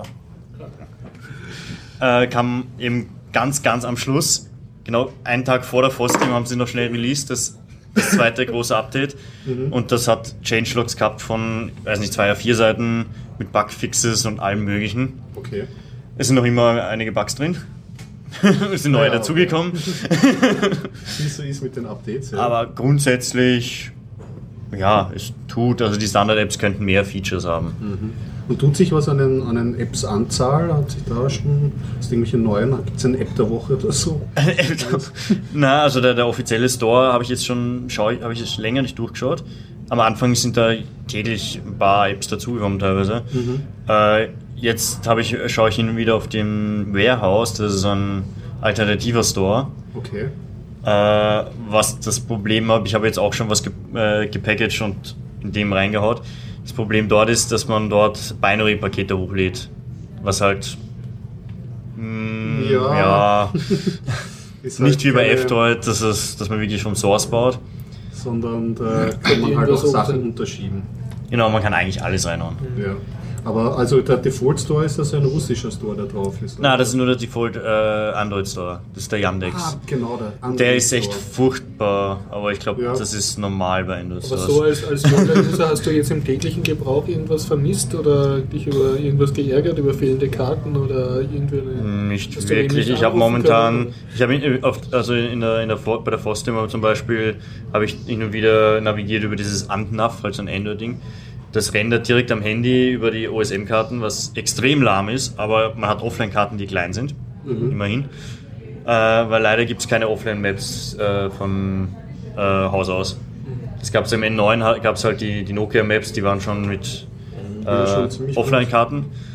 D: Äh, kam eben ganz, ganz am Schluss, genau einen Tag vor der FOSDEM haben sie noch schnell released, das, das zweite große Update.
B: Mhm.
D: Und das hat Changelogs gehabt von, weiß nicht, zwei A vier Seiten mit Bugfixes und allem möglichen.
B: Okay.
D: Es sind noch immer einige Bugs drin. Es sind neue
B: Ja,
D: dazugekommen.
B: Wie es so ist mit den Updates. Ja.
D: Aber grundsätzlich, ja, es tut, also die Standard-Apps könnten mehr Features haben.
B: Mhm. Und tut sich was an den, an den Apps-Anzahl? Hat sich da schon ist irgendwelche neuen? Gibt es eine App der Woche oder so?
D: Na, also der, der offizielle Store habe ich jetzt schon, habe ich jetzt länger nicht durchgeschaut. Am Anfang sind da täglich ein paar Apps dazugekommen teilweise.
B: Mhm.
D: Äh, jetzt habe ich, schaue ich hin wieder auf dem Warehouse, das ist ein alternativer Store.
B: Okay.
D: Äh, was das Problem habe, ich habe jetzt auch schon was ge äh, gepackaged und in dem reingehaut. Das Problem dort ist, dass man dort Binary-Pakete hochlädt, was halt mh,
B: Ja.
D: ja
B: Ist halt
D: nicht wie bei
B: keine-
D: F-Droid, dass, es, dass man wirklich vom Source baut.
B: Sondern da kann man halt auch
A: Irgendwas
B: Sachen
A: unten.
B: unterschieben.
D: Genau, man kann eigentlich alles reinhauen.
B: Ja. Aber also der Default Store ist das ein russischer Store, der drauf ist.
D: Na, das ist nur der Default äh, Android Store. Das ist der Yandex.
B: Ah, genau, der Android
D: Der ist echt
B: Store.
D: furchtbar, aber ich glaube,
B: Ja.
D: das ist normal bei Android
A: Aber
D: Stores.
A: so als, als Yola-User hast du jetzt im täglichen Gebrauch irgendwas vermisst oder dich über irgendwas geärgert, über fehlende Karten oder irgendwie eine...
D: Nicht
A: Hast du
D: wirklich.
A: wenig
D: Ich habe
A: anrufen
D: momentan,
A: können,
D: ich habe in- auf- also in der, in der, Fo- bei der FOSDEM zum Beispiel, habe ich hin und wieder navigiert über dieses Antnav, also ein Android-Ding. Das rendert direkt am Handy über die O S M-Karten, was extrem lahm ist, aber man hat Offline-Karten, die klein sind,
B: Mhm.
D: immerhin. Äh, weil leider gibt es keine Offline-Maps äh, von äh, Haus aus. Es gab im N neun, gab es halt die, die Nokia-Maps, die waren schon mit
B: Ja,
D: äh,
B: schon ziemlich
D: Offline-Karten.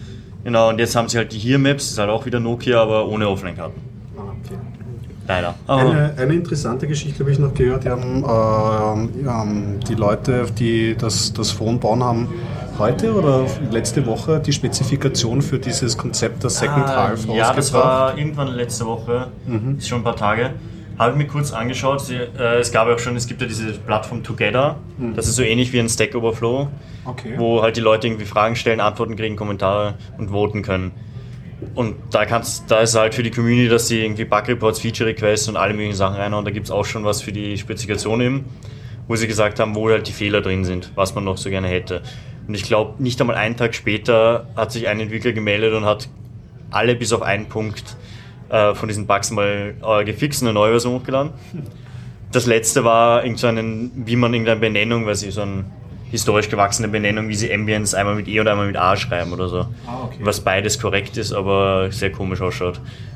D: Genau, und jetzt haben sie halt die Here-Maps, das ist halt auch wieder Nokia, aber ohne Offline-Karten.
B: Ah, okay.
D: Leider.
B: Eine, eine interessante Geschichte habe ich noch gehört. Die, haben, äh, ähm, die Leute, die das, das Phone bauen, haben heute oder letzte Woche die Spezifikation für dieses Konzept der Second
D: ah,
B: Half
D: Ja,
B: ausgebracht.
D: das war irgendwann letzte Woche, mhm. ist schon ein paar Tage. Habe ich mir kurz angeschaut. Sie, äh, es gab ja auch schon, es gibt ja diese Plattform Together. Mhm. Das ist so ähnlich wie ein Stack Overflow, okay. wo halt die Leute irgendwie Fragen stellen, Antworten kriegen, Kommentare und voten können. Und da, kannst, da ist halt für die Community, dass sie irgendwie Bug-Reports, Feature-Requests und alle möglichen Sachen reinhauen. Da gibt es auch schon was für die Spezifikation eben, wo sie gesagt haben, wo halt die Fehler drin sind, was man noch so gerne hätte. Und ich glaube, nicht einmal einen Tag später hat sich ein Entwickler gemeldet und hat alle bis auf einen Punkt äh, von diesen Bugs mal äh, gefixt und eine neue Version hochgeladen. Das letzte war irgend so einen, wie man irgendeine Benennung, weil sie so eine historisch gewachsene Benennung, wie sie Ambience einmal mit E oder einmal mit A schreiben oder so.
B: Ah, okay.
D: Was beides korrekt ist, aber sehr komisch ausschaut.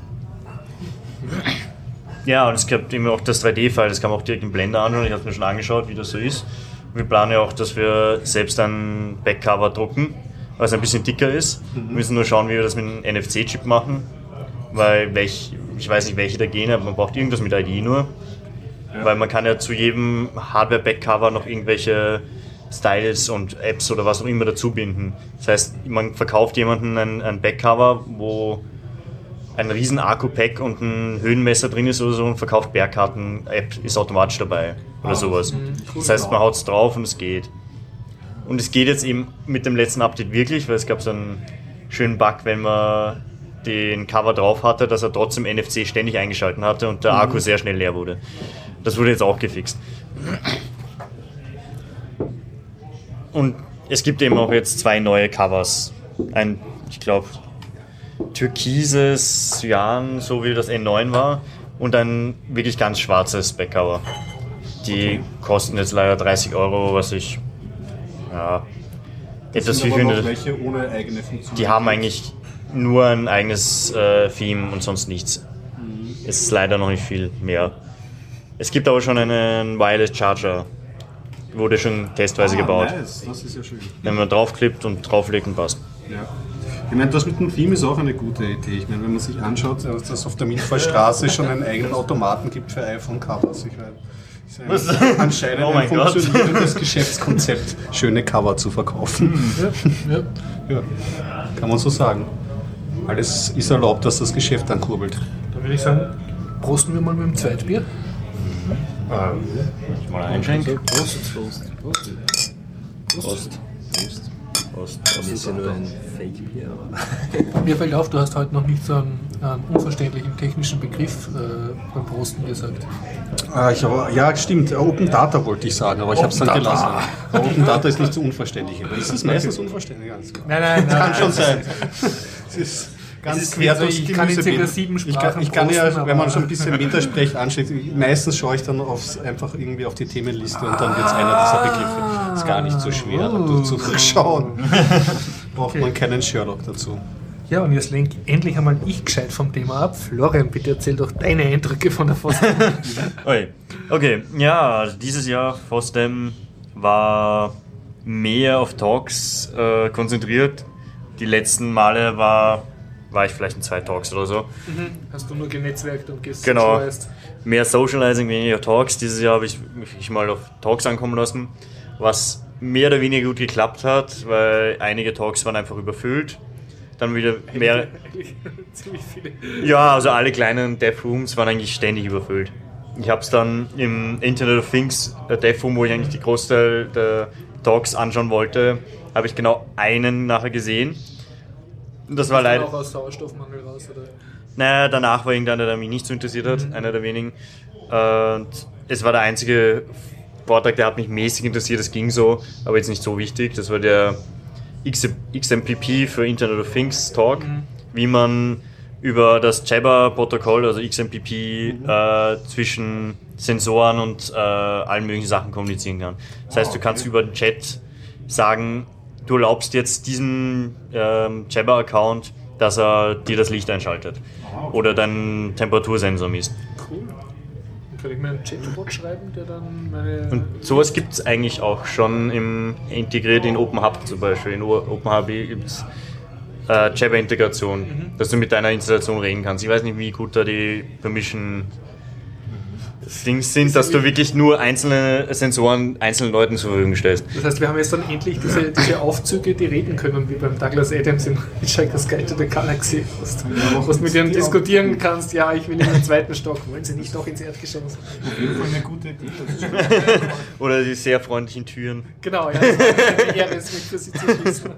D: Ja, und es gibt eben auch das drei D-File, das kann man auch direkt im Blender anschauen. Ich habe mir schon angeschaut, wie das so ist. Wir planen ja auch, dass wir selbst ein Backcover drucken, was ein bisschen dicker ist. Mhm. Wir müssen nur schauen, wie wir das mit einem N F C-Chip machen, weil welch, ich weiß nicht, welche da gehen, aber man braucht irgendwas mit I D nur. Ja. Weil man kann ja zu jedem Hardware-Backcover noch irgendwelche Styles und Apps oder was auch immer dazu binden. Das heißt, man verkauft jemandem ein, ein Backcover, wo ein riesen Akku-Pack und ein Höhenmesser drin ist oder so und verkauft Bergkarten-App, ist automatisch dabei oder ah, sowas. Cool. Das heißt, man haut es drauf und es geht. Und es geht jetzt eben mit dem letzten Update wirklich, weil es gab so einen schönen Bug, wenn man den Cover drauf hatte, dass er trotzdem N F C ständig eingeschalten hatte und der mhm. Akku sehr schnell leer wurde. Das wurde jetzt auch gefixt. Und es gibt eben auch jetzt zwei neue Covers. Ein, ich glaube, türkises Cyan, so wie das N neun war, und ein wirklich ganz schwarzes Backcover. Die kosten jetzt leider dreißig Euro, was ich ja etwas viel finde.
B: Welche ohne eigene Funktion?
D: Die haben eigentlich nur ein eigenes äh, Theme und sonst nichts. Mhm. Es ist leider noch nicht viel mehr. Es gibt aber schon einen Wireless Charger. Wurde schon testweise ah, gebaut.
B: Nice. Das ist ja schön.
D: Wenn man draufklippt und drauflegt und passt.
B: Ja. Ich meine, das mit dem Theme ist auch eine gute Idee. Ich meine, wenn man sich anschaut, dass es auf der Milchfallstraße schon einen eigenen Automaten gibt für iPhone-Covers. Ich meine, das ist ein, anscheinend oh ein funktionierendes Gott. Geschäftskonzept, schöne Cover zu verkaufen. Ja, ja. Ja. Kann man so sagen. Alles ist erlaubt, dass das Geschäft ankurbelt.
A: Dann würde ich sagen, prosten wir mal mit dem Zweitbier.
D: Ah, ich mal einschenken.
C: Prost, Prost, Prost. Prost. Prost. Prost. Das ist ja nur ein Fake-Bier.
A: Mir fällt auf, du hast heute noch nicht so einen, einen unverständlichen technischen Begriff äh, beim Prosten gesagt.
B: Ah, ich hab, ja, stimmt. Open Data wollte ich sagen, aber ich habe es dann gelassen. Open Data ist nicht so unverständlich. Ist es meistens unverständlich?
A: Nein, nein,
B: das kann schon sein. Es ist ganz quer durchs
A: Ich kann in circa sieben
B: Ich kann, ich kann ja, wenn man schon ein bisschen Metersprech anschaut, meistens schaue ich dann aufs, einfach irgendwie auf die Themenliste und dann wird es einer dieser Begriffe. Ist gar nicht so schwer, da durchzuschauen. Braucht okay. man keinen Sherlock dazu.
A: Ja, und jetzt lenke endlich einmal ich gescheit vom Thema ab. Florian, bitte erzähl doch deine Eindrücke von der FOSDEM.
D: Okay. okay, ja, dieses Jahr FOSDEM war mehr auf Talks äh, konzentriert. Die letzten Male war... war ich vielleicht in zwei Talks oder so.
A: Mhm. Hast du nur genetzwerkt und gesocialized?
D: Genau, mehr Socializing, weniger Talks. Dieses Jahr habe ich mich mal auf Talks ankommen lassen, was mehr oder weniger gut geklappt hat, weil einige Talks waren einfach überfüllt. Dann wieder mehr...
A: Ziemlich viele.
D: Ja, also alle kleinen Dev-Rooms waren eigentlich ständig überfüllt. Ich habe es dann im Internet of Things, der Dev-Room, wo ich eigentlich die Großteil der Talks anschauen wollte, habe ich genau einen nachher gesehen. Das war leider
A: auch aus Sauerstoffmangel raus, oder?
D: Naja, danach war irgendeiner, der mich nicht so interessiert hat, mhm. einer der wenigen. Und es war der einzige Vortrag, der hat mich mäßig interessiert, das ging so, aber jetzt nicht so wichtig. Das war der X M P P für Internet of Things Talk, mhm. wie man über das Jabber-Protokoll, also X M P P, mhm. äh, zwischen Sensoren und äh, allen möglichen Sachen kommunizieren kann. Das heißt, du kannst über den Chat sagen, du erlaubst jetzt diesem ähm, Jabber-Account, dass er dir das Licht einschaltet. Ah, okay. Oder deinen Temperatursensor misst.
A: Cool. Dann kann ich mir einen Chatbot schreiben, der dann meine...
D: Und sowas gibt es eigentlich auch schon im, integriert in OpenHub zum Beispiel. In OpenHub gibt es äh, Jabber-Integration, mhm. dass du mit deiner Installation reden kannst. Ich weiß nicht, wie gut da die Permission Dings sind, dass du wirklich nur einzelne Sensoren einzelnen Leuten zur Verfügung stellst.
A: Das heißt, wir haben jetzt dann endlich diese, diese Aufzüge, die reden können, wie beim Douglas Adams in Hitchhiker's Guide to the Galaxy, wo du mit denen diskutieren kannst, ja, ich will in den zweiten Stock, wollen sie nicht doch ins Erdgeschoss?
B: Auf jeden Fall eine gute Idee.
D: Oder die sehr freundlichen Türen.
A: Genau, ja, das war eine Ehre, es mich für sie zu schließen.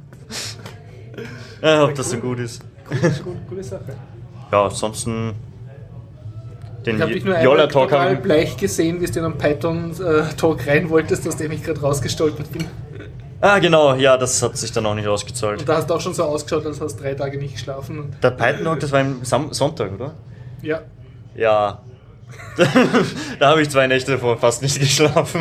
D: Ja, ob das so gut ist.
A: Coole, coole Sache.
D: Ja, ansonsten den
A: ich habe dich nur einmal total bleich gesehen, wie du in einen Python-Talk rein wolltest, aus dem ich gerade rausgestolpert bin.
D: Ah, genau, ja, das hat sich dann auch nicht ausgezahlt.
A: Und da hast du auch schon so ausgeschaut, als hast du drei Tage nicht geschlafen.
D: Der Python-Talk, das war am Sam- Sonntag, oder?
A: Ja.
D: Ja. Da habe ich zwei Nächte davor fast nicht geschlafen.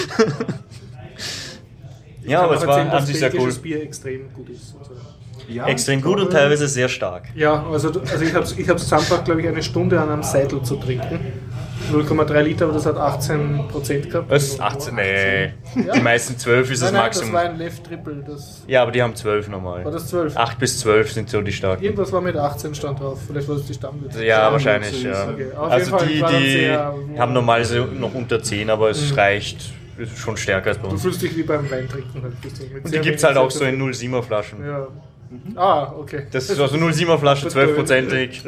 D: Ja, aber es war an sich sehr cool.
A: Das Bier extrem gut ist. Also
B: Ja,
D: extrem gut und teilweise sehr stark.
A: Ja, also, also ich habe es ich hab's zusammengebracht, glaube ich, eine Stunde an einem Seidel zu trinken. null Komma drei Liter, aber das hat achtzehn Prozent gehabt.
D: Was ist achtzehn? Nee,
A: Ja.
D: die meisten zwölf ist
A: Nein,
D: das
A: nein,
D: Maximum.
A: das war ein Left Triple. Das
D: Ja, aber die haben zwölf normal.
A: war das zwölf.
D: acht bis zwölf sind so die starken.
A: Irgendwas war mit achtzehn stand drauf. Vielleicht war es die Stammwürze.
D: Ja, wahrscheinlich, ja.
A: Okay. Auf
D: Also
A: jeden Fall
D: die,
A: war dann
D: die
A: sehr-
D: haben normalerweise noch unter zehn, aber es reicht, ist schon stärker als bei
A: Du
D: uns.
A: fühlst dich wie beim Weintrinken. Halt. Bist du mit
D: Und
A: sehr
D: die gibt es
A: wenig
D: halt auch so
A: Säure.
D: in null Komma siebener Flaschen.
A: Ja. Ah, okay.
D: Das ist also null Komma siebener Flasche, zwölf prozentig.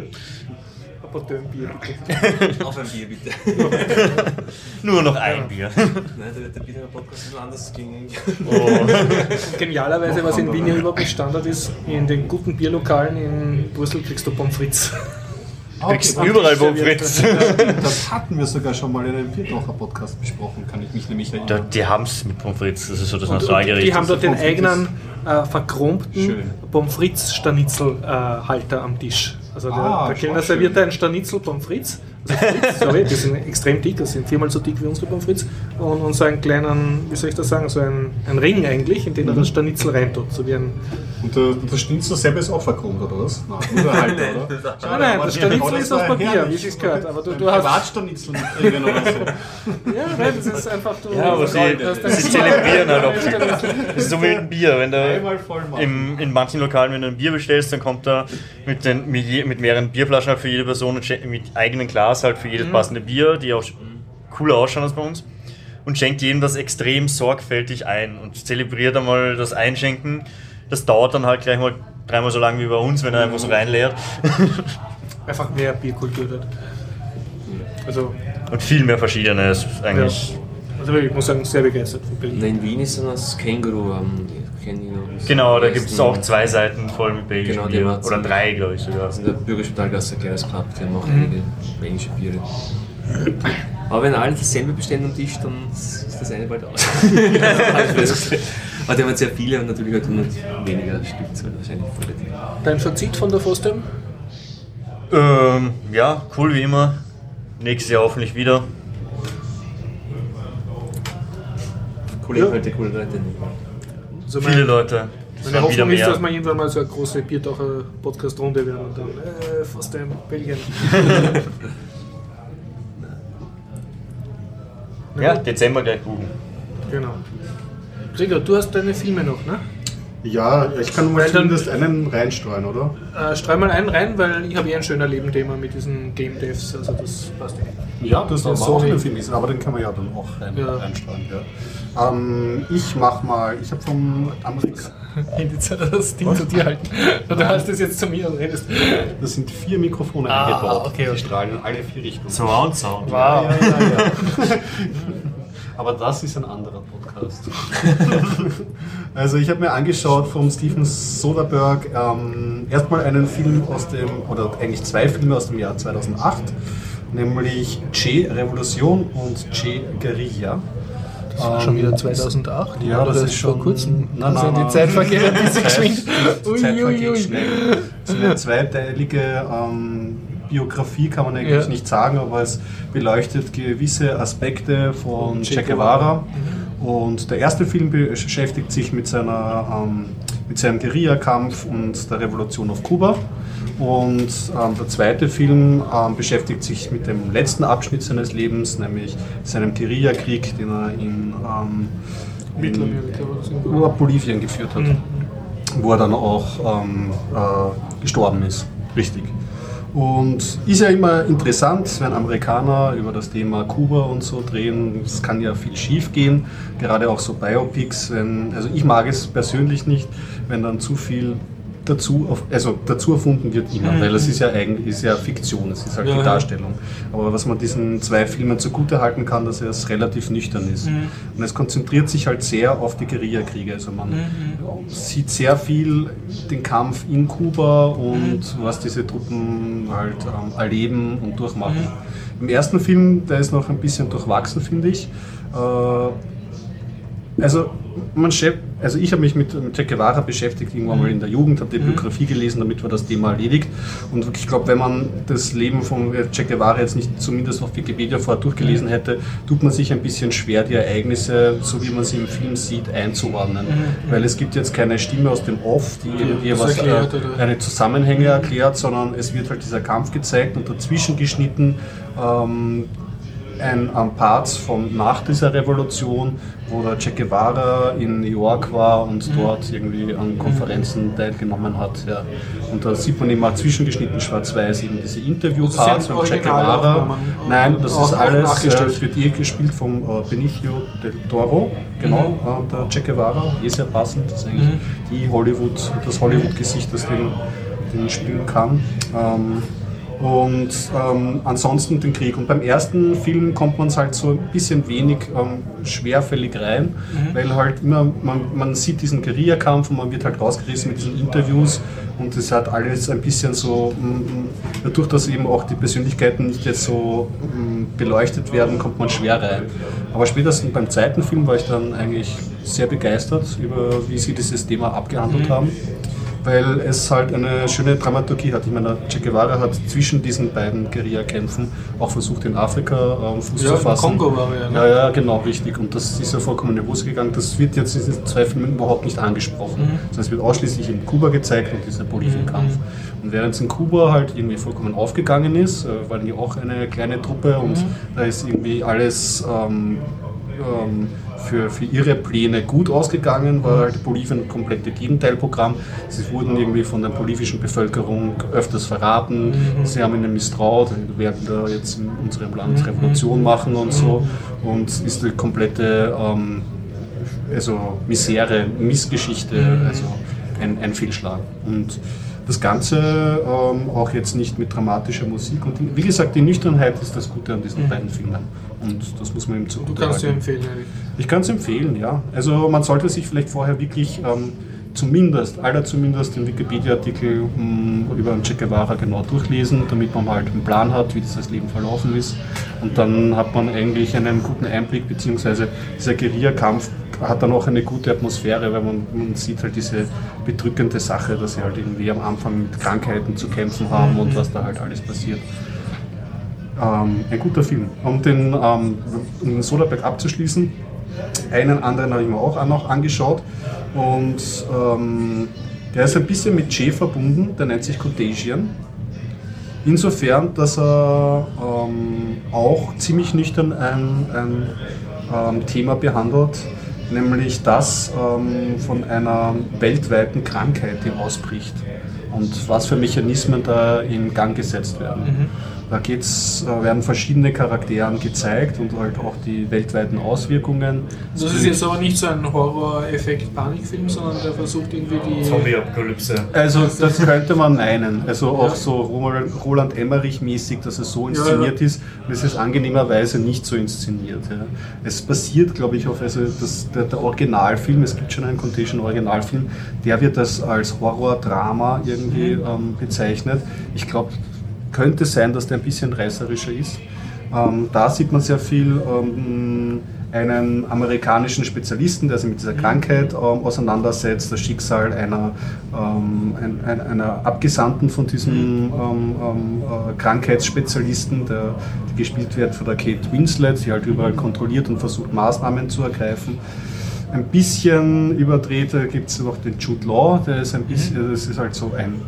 A: Aber Dönnbier, bitte.
F: Auf ein Bier, bitte.
D: Nur noch ein Bier.
F: Nein, der, der Bier Podcast ist anders ging.
A: Und genialerweise, was in Wien ja überhaupt nicht Standard ist, in den guten Bierlokalen in Brüssel kriegst du Pommes frites.
B: Ah,
D: Du kriegst
B: okay.
D: überall Pommes frites.
B: Das hatten wir sogar schon mal in einem Biertaucher-Podcast besprochen, kann ich mich nämlich
D: Da,
B: erinnern.
D: die haben es mit Pommes frites, das ist so das
A: Und, und
D: Nationalgericht.
A: die haben dort den
B: Pommes frites.
A: eigenen äh, verchromten
B: Schön.
A: Pommes frites Schnitzelhalter am Tisch. Also der,
B: Ah,
A: der
B: schon
A: Kellner
B: schön.
A: serviert einen Schnitzel Pommes frites. Also Fritz, sorry, die sind extrem dick, das sind viermal so dick wie unsere Pommes frites. Und, und so einen kleinen, wie soll ich das sagen, so einen, einen Ring eigentlich, in den er das Schnitzel reintut. So wie ein,
B: Und der, der Schnitzel selber ist auch verchromt, oder was? Nein, nur der Halter, oder?
A: nein, nein, das Schnitzel ist aus Papier, wie es sich gehört. Aber du, du hast.
B: Privatschnitzel mit drinnen oder so.
A: Ja, nein, das ist einfach. Du,
D: Ja, aber
A: du
D: sie,
A: hast ein
D: sie
A: Zimmer-
D: zelebrieren halt auch viel. Das ist so wie ein Bier. Wenn du
B: Einmal voll machen.
D: im, in manchen Lokalen, wenn du ein Bier bestellst, dann kommt er mit, den, mit, je, mit mehreren Bierflaschen halt für jede Person und schenkt mit eigenem Glas halt für jedes passende Bier, die auch cooler ausschauen als bei uns. Und schenkt jedem das extrem sorgfältig ein und zelebriert einmal das Einschenken. Das dauert dann halt gleich mal dreimal so lang wie bei uns, wenn er einfach so reinleert.
A: Einfach mehr Bierkultur dort. Also,
D: Und viel mehr verschiedene. Das ist eigentlich.
A: ja. Also ich muss sagen, sehr begeistert von Berlin.
F: In Wien ist dann das Känguru. Ähm, ich kenn ihn noch.
D: Genau, da gibt es auch zwei Seiten voll mit belgischem
F: Genau, die
D: Bier.
F: hat's.
D: Oder drei, glaube ich sogar.
F: Also in der Bürgerspitalgasse Gleis Club, die haben auch einige belgische Biere. Aber wenn alle dasselbe bestellen am Tisch, dann ist das eine bald aus. Aber die haben halt sehr viele und natürlich halt nur weniger Stückzahl wahrscheinlich voll die.
A: Dein Fazit von der FOSDEM?
D: Ähm, ja, cool wie immer. Nächstes Jahr hoffentlich wieder.
F: Coole
A: Ja.
F: Inhalte, coole Leute.
A: Also
D: Viele
A: mein-
D: Leute. Es
A: Meine
D: werden wieder
A: Hoffnung ist, dass
D: mehr.
A: wir irgendwann mal so eine große Biertaucher-Podcast-Runde werden und dann, äh, FOSDEM, Belgien.
D: Ja, Dezember gleich buchen.
A: Genau. Gregor, du hast deine Filme noch, ne?
B: Ja, ich kann mal
A: Weil dann-
B: zumindest einen reinstreuen, oder?
A: Äh, streu mal einen rein, weil ich habe eh ein schöner Leben-Thema mit diesen Game Devs, also das passt eh.
B: Ja, das war
A: Ja,
B: auch
A: Sony.
B: ein Film, aber den kann man ja dann auch rein,
A: Ja.
B: reinstreuen. Ja. Ähm, ich mach mal, ich habe vom Amerika.
A: In die Zeit das Ding zu dir halten. Du hast es jetzt zu mir und redest.
B: Das sind vier Mikrofone
A: Ah,
B: eingebaut.
A: okay, okay.
B: Die strahlen in alle vier Richtungen.
D: Surround Sound.
A: Wow.
B: Ja, ja, ja. Aber das ist ein anderer Podcast. Also ich habe mir angeschaut vom Steven Soderbergh ähm, erstmal einen Film aus dem, oder eigentlich zwei Filme aus dem Jahr zweitausendacht, nämlich Che Revolution und Che Guerilla.
A: Das war schon wieder zweitausendacht?
B: Ja,
A: Oder
B: das
A: ist
B: ist
A: vor
B: schon-
A: kurzem.
B: Nein,
A: Also
B: nein,
A: die
B: nein.
A: Zeit vergeht ein bisschen geschwind.
B: Die
A: Ui,
B: Zeit
A: ui,
B: vergeht
A: ui.
B: schnell. Das ist eine zweiteilige ähm, Biografie, kann man eigentlich
A: Ja.
B: nicht sagen, aber es beleuchtet gewisse Aspekte von
A: Che
B: Che Guevara. Und der erste Film beschäftigt sich mit, seiner, ähm, mit seinem Guerillakampf und der Revolution auf Kuba. Und ähm, der zweite Film ähm, beschäftigt sich mit dem letzten Abschnitt seines Lebens, nämlich seinem Guerillakrieg, den er in, ähm, in
A: Mittelamerika war das irgendwo.
B: über Bolivien geführt hat.
A: Mhm.
B: wo er dann auch ähm, äh, gestorben ist. Richtig. Und ist ja immer interessant, wenn Amerikaner über das Thema Kuba und so drehen. Es kann ja viel schief gehen, gerade auch so Biopics. Wenn, also ich mag es persönlich nicht, wenn dann zu viel dazu, auf, also dazu erfunden wird immer, mhm. weil es ist ja eigentlich ist ja Fiktion, es ist halt ja, die Darstellung. Aber was man diesen zwei Filmen zugute halten kann, dass es relativ nüchtern ist. Mhm. Und es konzentriert sich halt sehr auf die Guerillakriege. Also man mhm. sieht sehr viel den Kampf in Kuba und mhm. was diese Truppen halt ähm, erleben und durchmachen. Mhm. Im ersten Film, der ist noch ein bisschen durchwachsen, finde ich. Äh, Also, man, also ich habe mich mit Che Guevara beschäftigt, irgendwann mal in der Jugend, habe die Biografie gelesen, damit war das Thema erledigt. Und ich glaube, wenn man das Leben von Che Guevara jetzt nicht zumindest auf Wikipedia vorher durchgelesen hätte, tut man sich ein bisschen schwer, die Ereignisse, so wie man sie im Film sieht, einzuordnen. Mhm. Weil es gibt jetzt keine Stimme aus dem Off, die irgendwie ja, was, erklärt, äh, eine Zusammenhänge erklärt, sondern es wird halt dieser Kampf gezeigt und dazwischen geschnitten. Ähm, ein um, Parts von nach dieser Revolution, wo der Che Guevara in New York war und mhm. dort irgendwie an Konferenzen teilgenommen hat. Ja. Und da sieht man immer zwischengeschnitten schwarz-weiß eben diese Interview-Parts von Che Guevara. Nein, das ist alles, äh, wird eh gespielt von äh, Benicio del Toro, genau, mhm. äh, der Che Guevara, eh sehr passend, das ist eigentlich mhm. die Hollywood, das Hollywood-Gesicht, das den, den spielen kann. Ähm, Und ähm, ansonsten den Krieg. Und beim ersten Film kommt man es halt so ein bisschen wenig ähm, schwerfällig rein, mhm. weil halt immer, man, man sieht diesen Guerillakampf und man wird halt rausgerissen mit diesen Interviews und es hat alles ein bisschen so, m, dadurch, dass eben auch die Persönlichkeiten nicht jetzt so m, beleuchtet werden, kommt man schwer rein. Aber spätestens beim zweiten Film war ich dann eigentlich sehr begeistert über, wie sie dieses Thema abgehandelt mhm. haben. Weil es halt eine schöne Dramaturgie hat. Ich meine, Che Guevara hat zwischen diesen beiden Guerillakämpfen auch versucht, in Afrika ähm, Fuß ja, zu fassen.
A: In Kongo war er, ne?
B: Ja, ja, genau, richtig. Und das ist ja vollkommen in die Hose gegangen. Das wird jetzt in diesen zwei Filmen überhaupt nicht angesprochen. Mhm. Also es wird ausschließlich in Kuba gezeigt und dieser Bolivien-Kampf. Mhm. Und während es in Kuba halt irgendwie vollkommen aufgegangen ist, äh, war ja auch eine kleine Truppe und mhm. da ist irgendwie alles ähm, ähm, Für, für ihre Pläne gut ausgegangen, war halt Bolivien ein komplettes Gegenteilprogramm. Sie wurden irgendwie von der bolivischen Bevölkerung öfters verraten, mhm. sie haben ihnen misstraut, wir werden da jetzt in unserem Land Revolution machen und so. Und ist eine komplette ähm, also Misere, Missgeschichte, also ein, ein Fehlschlag. Und das Ganze ähm, auch jetzt nicht mit dramatischer Musik. Und die, wie gesagt, die Nüchternheit ist das Gute an diesen mhm. beiden Filmen. Und das muss man ihm zugute halten.
A: Du kannst sie empfehlen, Erik?
B: Ich kann es empfehlen, ja. Also man sollte sich vielleicht vorher wirklich ähm, zumindest, aller zumindest den Wikipedia-Artikel ähm, über Che Guevara genau durchlesen, damit man halt einen Plan hat, wie dieses Leben verlaufen ist. Und dann hat man eigentlich einen guten Einblick, beziehungsweise dieser Guerillakampf hat dann auch eine gute Atmosphäre, weil man, man sieht halt diese bedrückende Sache, dass sie halt irgendwie am Anfang mit Krankheiten zu kämpfen haben und was da halt alles passiert. Ähm, ein guter Film. Um den, ähm, um den Soderbergh abzuschließen, einen anderen habe ich mir auch noch angeschaut und ähm, der ist ein bisschen mit Che verbunden, der nennt sich Contagion. Insofern, dass er ähm, auch ziemlich nüchtern ein, ein ähm, Thema behandelt, nämlich das ähm, von einer weltweiten Krankheit, die ausbricht und was für Mechanismen da in Gang gesetzt werden. Mhm. Da geht's, werden verschiedene Charaktere gezeigt und halt auch die weltweiten Auswirkungen.
A: Das ist jetzt aber nicht so ein Horror-Effekt-Panikfilm, sondern der versucht irgendwie die...
D: Zombie-Apokalypse.
B: Also das könnte man meinen. Also auch ja. so Roland Emmerich-mäßig, dass es so inszeniert ja, ja. ist. Und es ist angenehmerweise nicht so inszeniert. Ja. Es basiert, glaube ich, auf also das, der, der Originalfilm, es gibt schon einen Contagion-Originalfilm, der wird das als Horror-Drama irgendwie ähm, bezeichnet. Ich glaube, könnte sein, dass der ein bisschen reißerischer ist. Ähm, da sieht man sehr viel ähm, einen amerikanischen Spezialisten, der sich mit dieser Krankheit ähm, auseinandersetzt, das Schicksal einer, ähm, ein, ein, einer Abgesandten von diesem ähm, ähm, äh, Krankheitsspezialisten, der, die gespielt wird von der Kate Winslet, die halt überall kontrolliert und versucht Maßnahmen zu ergreifen. Ein bisschen überdreht gibt es noch den Jude Law, der ist ein bisschen, das ist halt so ein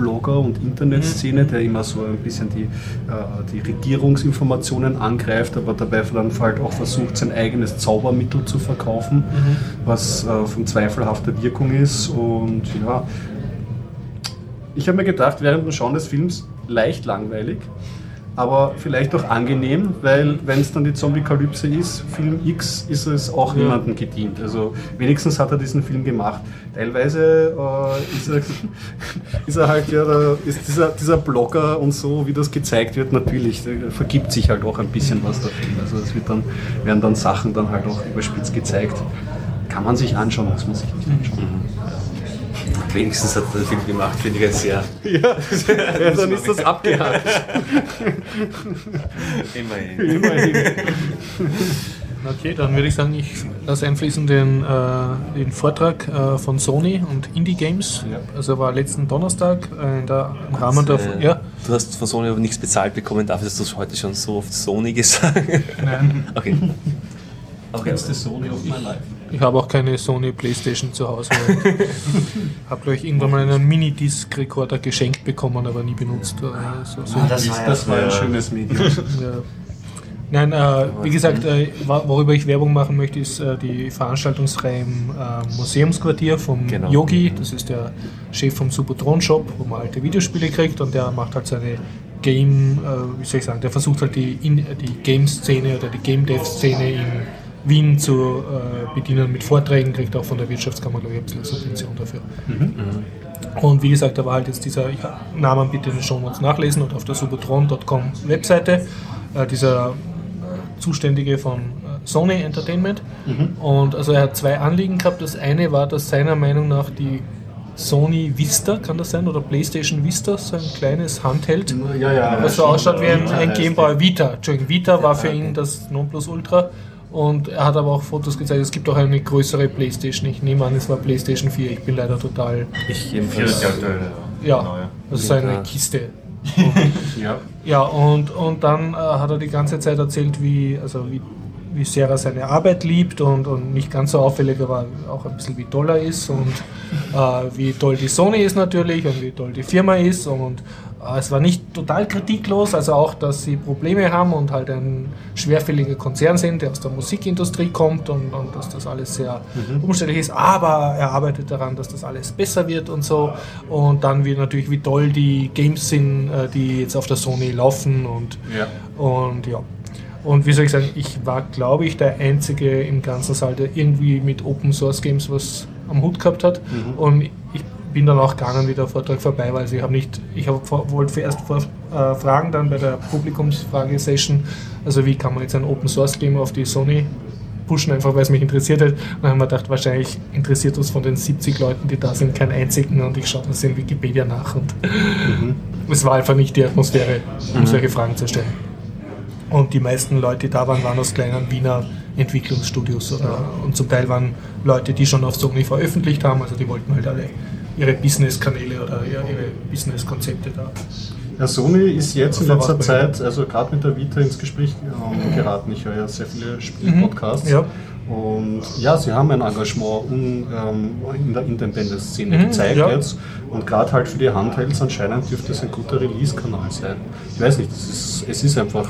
B: Videoblogger und Internetszene, der immer so ein bisschen die, äh, die Regierungsinformationen angreift, aber dabei dann halt auch versucht, sein eigenes Zaubermittel zu verkaufen, mhm. was äh, von zweifelhafter Wirkung ist. Und ja, ich habe mir gedacht, während dem Schauen des Films leicht langweilig, aber vielleicht auch angenehm, weil wenn es dann die Zombie-Kalypse ist, Film X, ist es auch ja. niemandem gedient. Also wenigstens hat er diesen Film gemacht. Teilweise äh, ist, er, ist er halt ja, da ist dieser, dieser Blogger und so, wie das gezeigt wird, natürlich, da vergibt sich halt auch ein bisschen was der Film. Also es wird dann, werden dann Sachen dann halt auch überspitzt gezeigt. Kann man sich anschauen, muss man sich nicht anschauen.
F: Wenigstens hat er den Film gemacht, finde ich jetzt sehr.
B: Ja, ja, dann ist das abgehakt.
F: Immerhin.
B: Immerhin.
A: Okay, dann würde ich sagen, ich lasse einfließen den, äh, den Vortrag äh, von Sony und Indie Games. Ja. Also war letzten Donnerstag äh, in der, im Rahmen der...
F: Äh,
A: ja.
F: Du hast von Sony aber nichts bezahlt bekommen, dafür dass du es heute schon so oft Sony gesagt hast.
A: Nein.
F: Okay.
B: Okay. Kennst du Sony of my life?
A: Ich habe auch keine Sony Playstation zu Hause. Habe, glaube ich, irgendwann mal einen Minidisc-Rekorder geschenkt bekommen, aber nie benutzt. So, so
B: ah, das, war, das war ein schönes Medium.
A: Ja. Nein, äh, wie gesagt, äh, worüber ich Werbung machen möchte, ist äh, die Veranstaltungsreihe im äh, Museumsquartier vom
F: genau.
A: Yogi. Das ist der Chef vom Supertron Shop, wo man alte Videospiele kriegt, und der macht halt seine Game, äh, wie soll ich sagen, der versucht halt die, in, die Game-Szene oder die Game-Dev-Szene in Wien zu äh, bedienen mit Vorträgen, kriegt auch von der Wirtschaftskammer, glaube ich, ein bisschen Subvention dafür. Mhm. Und wie gesagt, da war halt jetzt dieser, ja, Namen bitte in den Shownotes nachlesen oder auf der supertron Punkt com Webseite, äh, dieser äh, Zuständige von äh, Sony Entertainment. Mhm. Und also er hat zwei Anliegen gehabt. Das eine war, dass seiner Meinung nach die Sony Vista, kann das sein, oder PlayStation Vista, so ein kleines Handheld,
B: ja, ja,
A: was so ausschaut wie ein, ein Game Boy Vita. Entschuldigung, Vita war für ihn das Nonplusultra. Und er hat aber auch Fotos gezeigt, es gibt auch eine größere Playstation. Ich nehme an, es war Playstation vier. Ich bin leider total...
F: Ich jedenfalls.
A: Ja, das ist so eine Kiste. ja. ja, und, und dann äh, hat er die ganze Zeit erzählt, wie, also wie, wie sehr er seine Arbeit liebt und, und nicht ganz so auffällig, aber auch ein bisschen wie toll er ist und äh, wie toll die Sony ist natürlich und wie toll die Firma ist. Und es war nicht total kritiklos, also auch, dass sie Probleme haben und halt ein schwerfälliger Konzern sind, der aus der Musikindustrie kommt und, und dass das alles sehr mhm. umständlich ist, aber er arbeitet daran, dass das alles besser wird und so. Und dann wie natürlich, wie toll die Games sind, die jetzt auf der Sony laufen und ja. Und, ja. Und wie soll ich sagen, ich war, glaube ich, der Einzige im ganzen Saal, der irgendwie mit Open Source Games was am Hut gehabt hat. Mhm. Und ich bin dann auch gegangen, wie der Vortrag vorbei war. Also ich habe nicht, ich hab, wollte erst vor, äh, fragen, dann bei der Publikumsfrage-Session, also wie kann man jetzt ein Open Source Game auf die Sony pushen, einfach weil es mich interessiert hat. Und dann haben wir gedacht, wahrscheinlich interessiert uns von den siebzig Leuten, die da sind, keinen einzigen, und ich schaue das in Wikipedia nach. Und mhm. es war einfach nicht die Atmosphäre, um mhm. solche Fragen zu stellen. Und die meisten Leute, die da waren, waren aus kleinen Wiener Entwicklungsstudios. Oder, und zum Teil waren Leute, die schon auf Sony veröffentlicht haben, also die wollten halt alle ihre Business-Kanäle oder ihre Business-Konzepte da.
B: Ja, Sony ist jetzt in letzter Zeit, also gerade mit der Vita, ins Gespräch ähm, geraten. Ich höre ja sehr viele Spielpodcasts. Mhm, ja. Und ja, sie haben ein Engagement um, ähm, in der Independent-Szene mhm, gezeigt ja. jetzt. Und gerade halt für die Handhelds anscheinend dürfte es ein guter Release-Kanal sein. Ich weiß nicht, es ist, es ist einfach...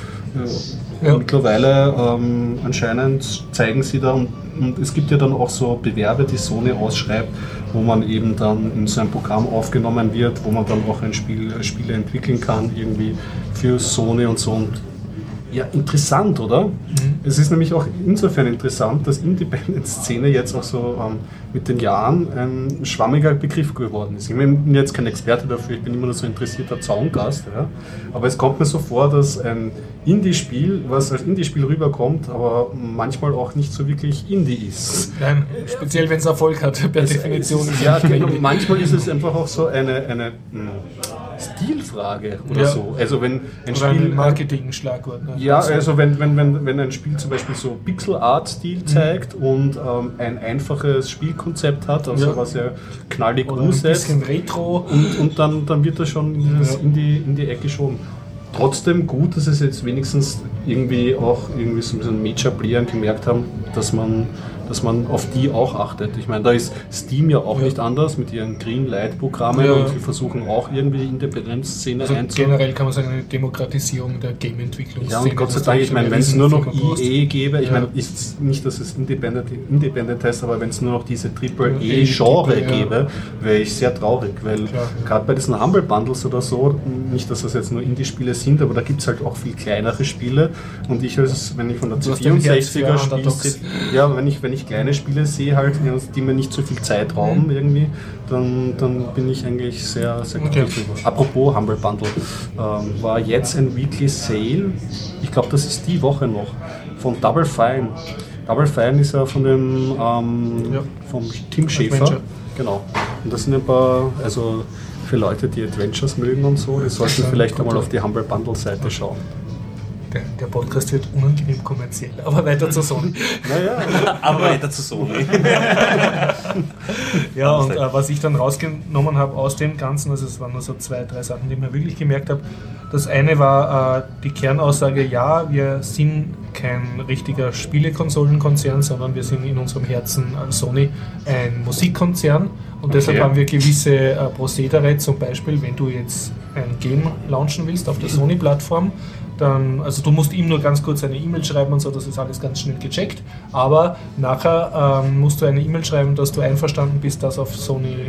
B: Ja. Ja. Mittlerweile ähm, anscheinend zeigen sie da, und, und es gibt ja dann auch so Bewerbe, die Sony ausschreibt, wo man eben dann in so ein Programm aufgenommen wird, wo man dann auch ein Spiel, Spiele entwickeln kann, irgendwie für Sony und so. Und ja, interessant, oder? Mhm. Es ist nämlich auch insofern interessant, dass Independent-Szene jetzt auch so ähm, mit den Jahren ein schwammiger Begriff geworden ist. Ich bin jetzt kein Experte dafür, ich bin immer nur so interessierter Zaungast, ja? Aber es kommt mir so vor, dass ein Indie-Spiel, was als Indie-Spiel rüberkommt, aber manchmal auch nicht so wirklich Indie ist.
A: Nein, speziell wenn es Erfolg hat, per es, Definition.
B: Es ist, ja, genau, manchmal ist es einfach auch so eine, eine mh, Stilfrage oder ja. so. Also wenn ein
A: oder
B: Spiel...
A: ein Marketing-Schlagwort. Ne?
B: Ja, also wenn, wenn, wenn, wenn ein Spiel zum Beispiel so Pixel-Art-Stil zeigt mhm. und ähm, ein einfaches Spielkonzept hat, also ja. was ja knallig
A: oder
B: umsetzt.
A: Ein bisschen Retro.
B: Und, und dann, dann wird das schon in, das, in, die, in die Ecke geschoben. Trotzdem gut, dass es jetzt wenigstens irgendwie auch irgendwie so ein bisschen Major-Playern gemerkt haben, dass man dass man auf die auch achtet. Ich meine, da ist Steam ja auch ja. nicht anders mit ihren Greenlight-Programmen ja. und sie versuchen auch irgendwie in der Independent-Szene
A: also
B: einzubauen.
A: Generell kann man sagen, eine Demokratisierung der Game-Entwicklung.
B: Ja, und Gott sei Dank, ich meine, wenn es nur noch I E gäbe, ich ja. meine, ist nicht, dass es Independent, Independent heißt, aber wenn es nur noch diese Triple-E-Genre ja. gäbe, wäre ich sehr traurig, weil gerade bei diesen Humble Bundles oder so, nicht, dass das jetzt nur Indie-Spiele sind, aber da gibt es halt auch viel kleinere Spiele und ich, als, wenn ich von der C vierundsechziger spiele, ja, wenn ich, wenn ich kleine Spiele sehe, halt, die mir nicht so viel Zeit rauben mhm. irgendwie, dann, dann bin ich eigentlich sehr, sehr glücklich okay. drüber. Apropos Humble Bundle, ähm, war jetzt ein Weekly Sale, ich glaube, das ist die Woche noch, von Double Fine. Double Fine ist ja von dem ähm, ja. vom Tim Schäfer. Adventure. Genau. Und das sind ein paar, also für Leute, die Adventures mögen und so, die sollten vielleicht einmal auf die Humble Bundle Seite schauen.
A: Der, der Podcast wird unangenehm kommerziell, aber weiter zu Sony.
C: Naja, aber weiter zu Sony.
A: Ja, und äh, was ich dann rausgenommen habe aus dem Ganzen, also es waren nur so zwei, drei Sachen, die ich mir wirklich gemerkt habe. Das eine war äh, die Kernaussage, ja, wir sind kein richtiger Spielekonsolenkonzern, sondern wir sind in unserem Herzen als Sony ein Musikkonzern und okay. deshalb haben wir gewisse äh, Prozedere, zum Beispiel, wenn du jetzt ein Game launchen willst auf der Sony-Plattform, dann, also du musst ihm nur ganz kurz eine E-Mail schreiben und so, das ist alles ganz schnell gecheckt, aber nachher ähm, musst du eine E-Mail schreiben, dass du einverstanden bist, das auf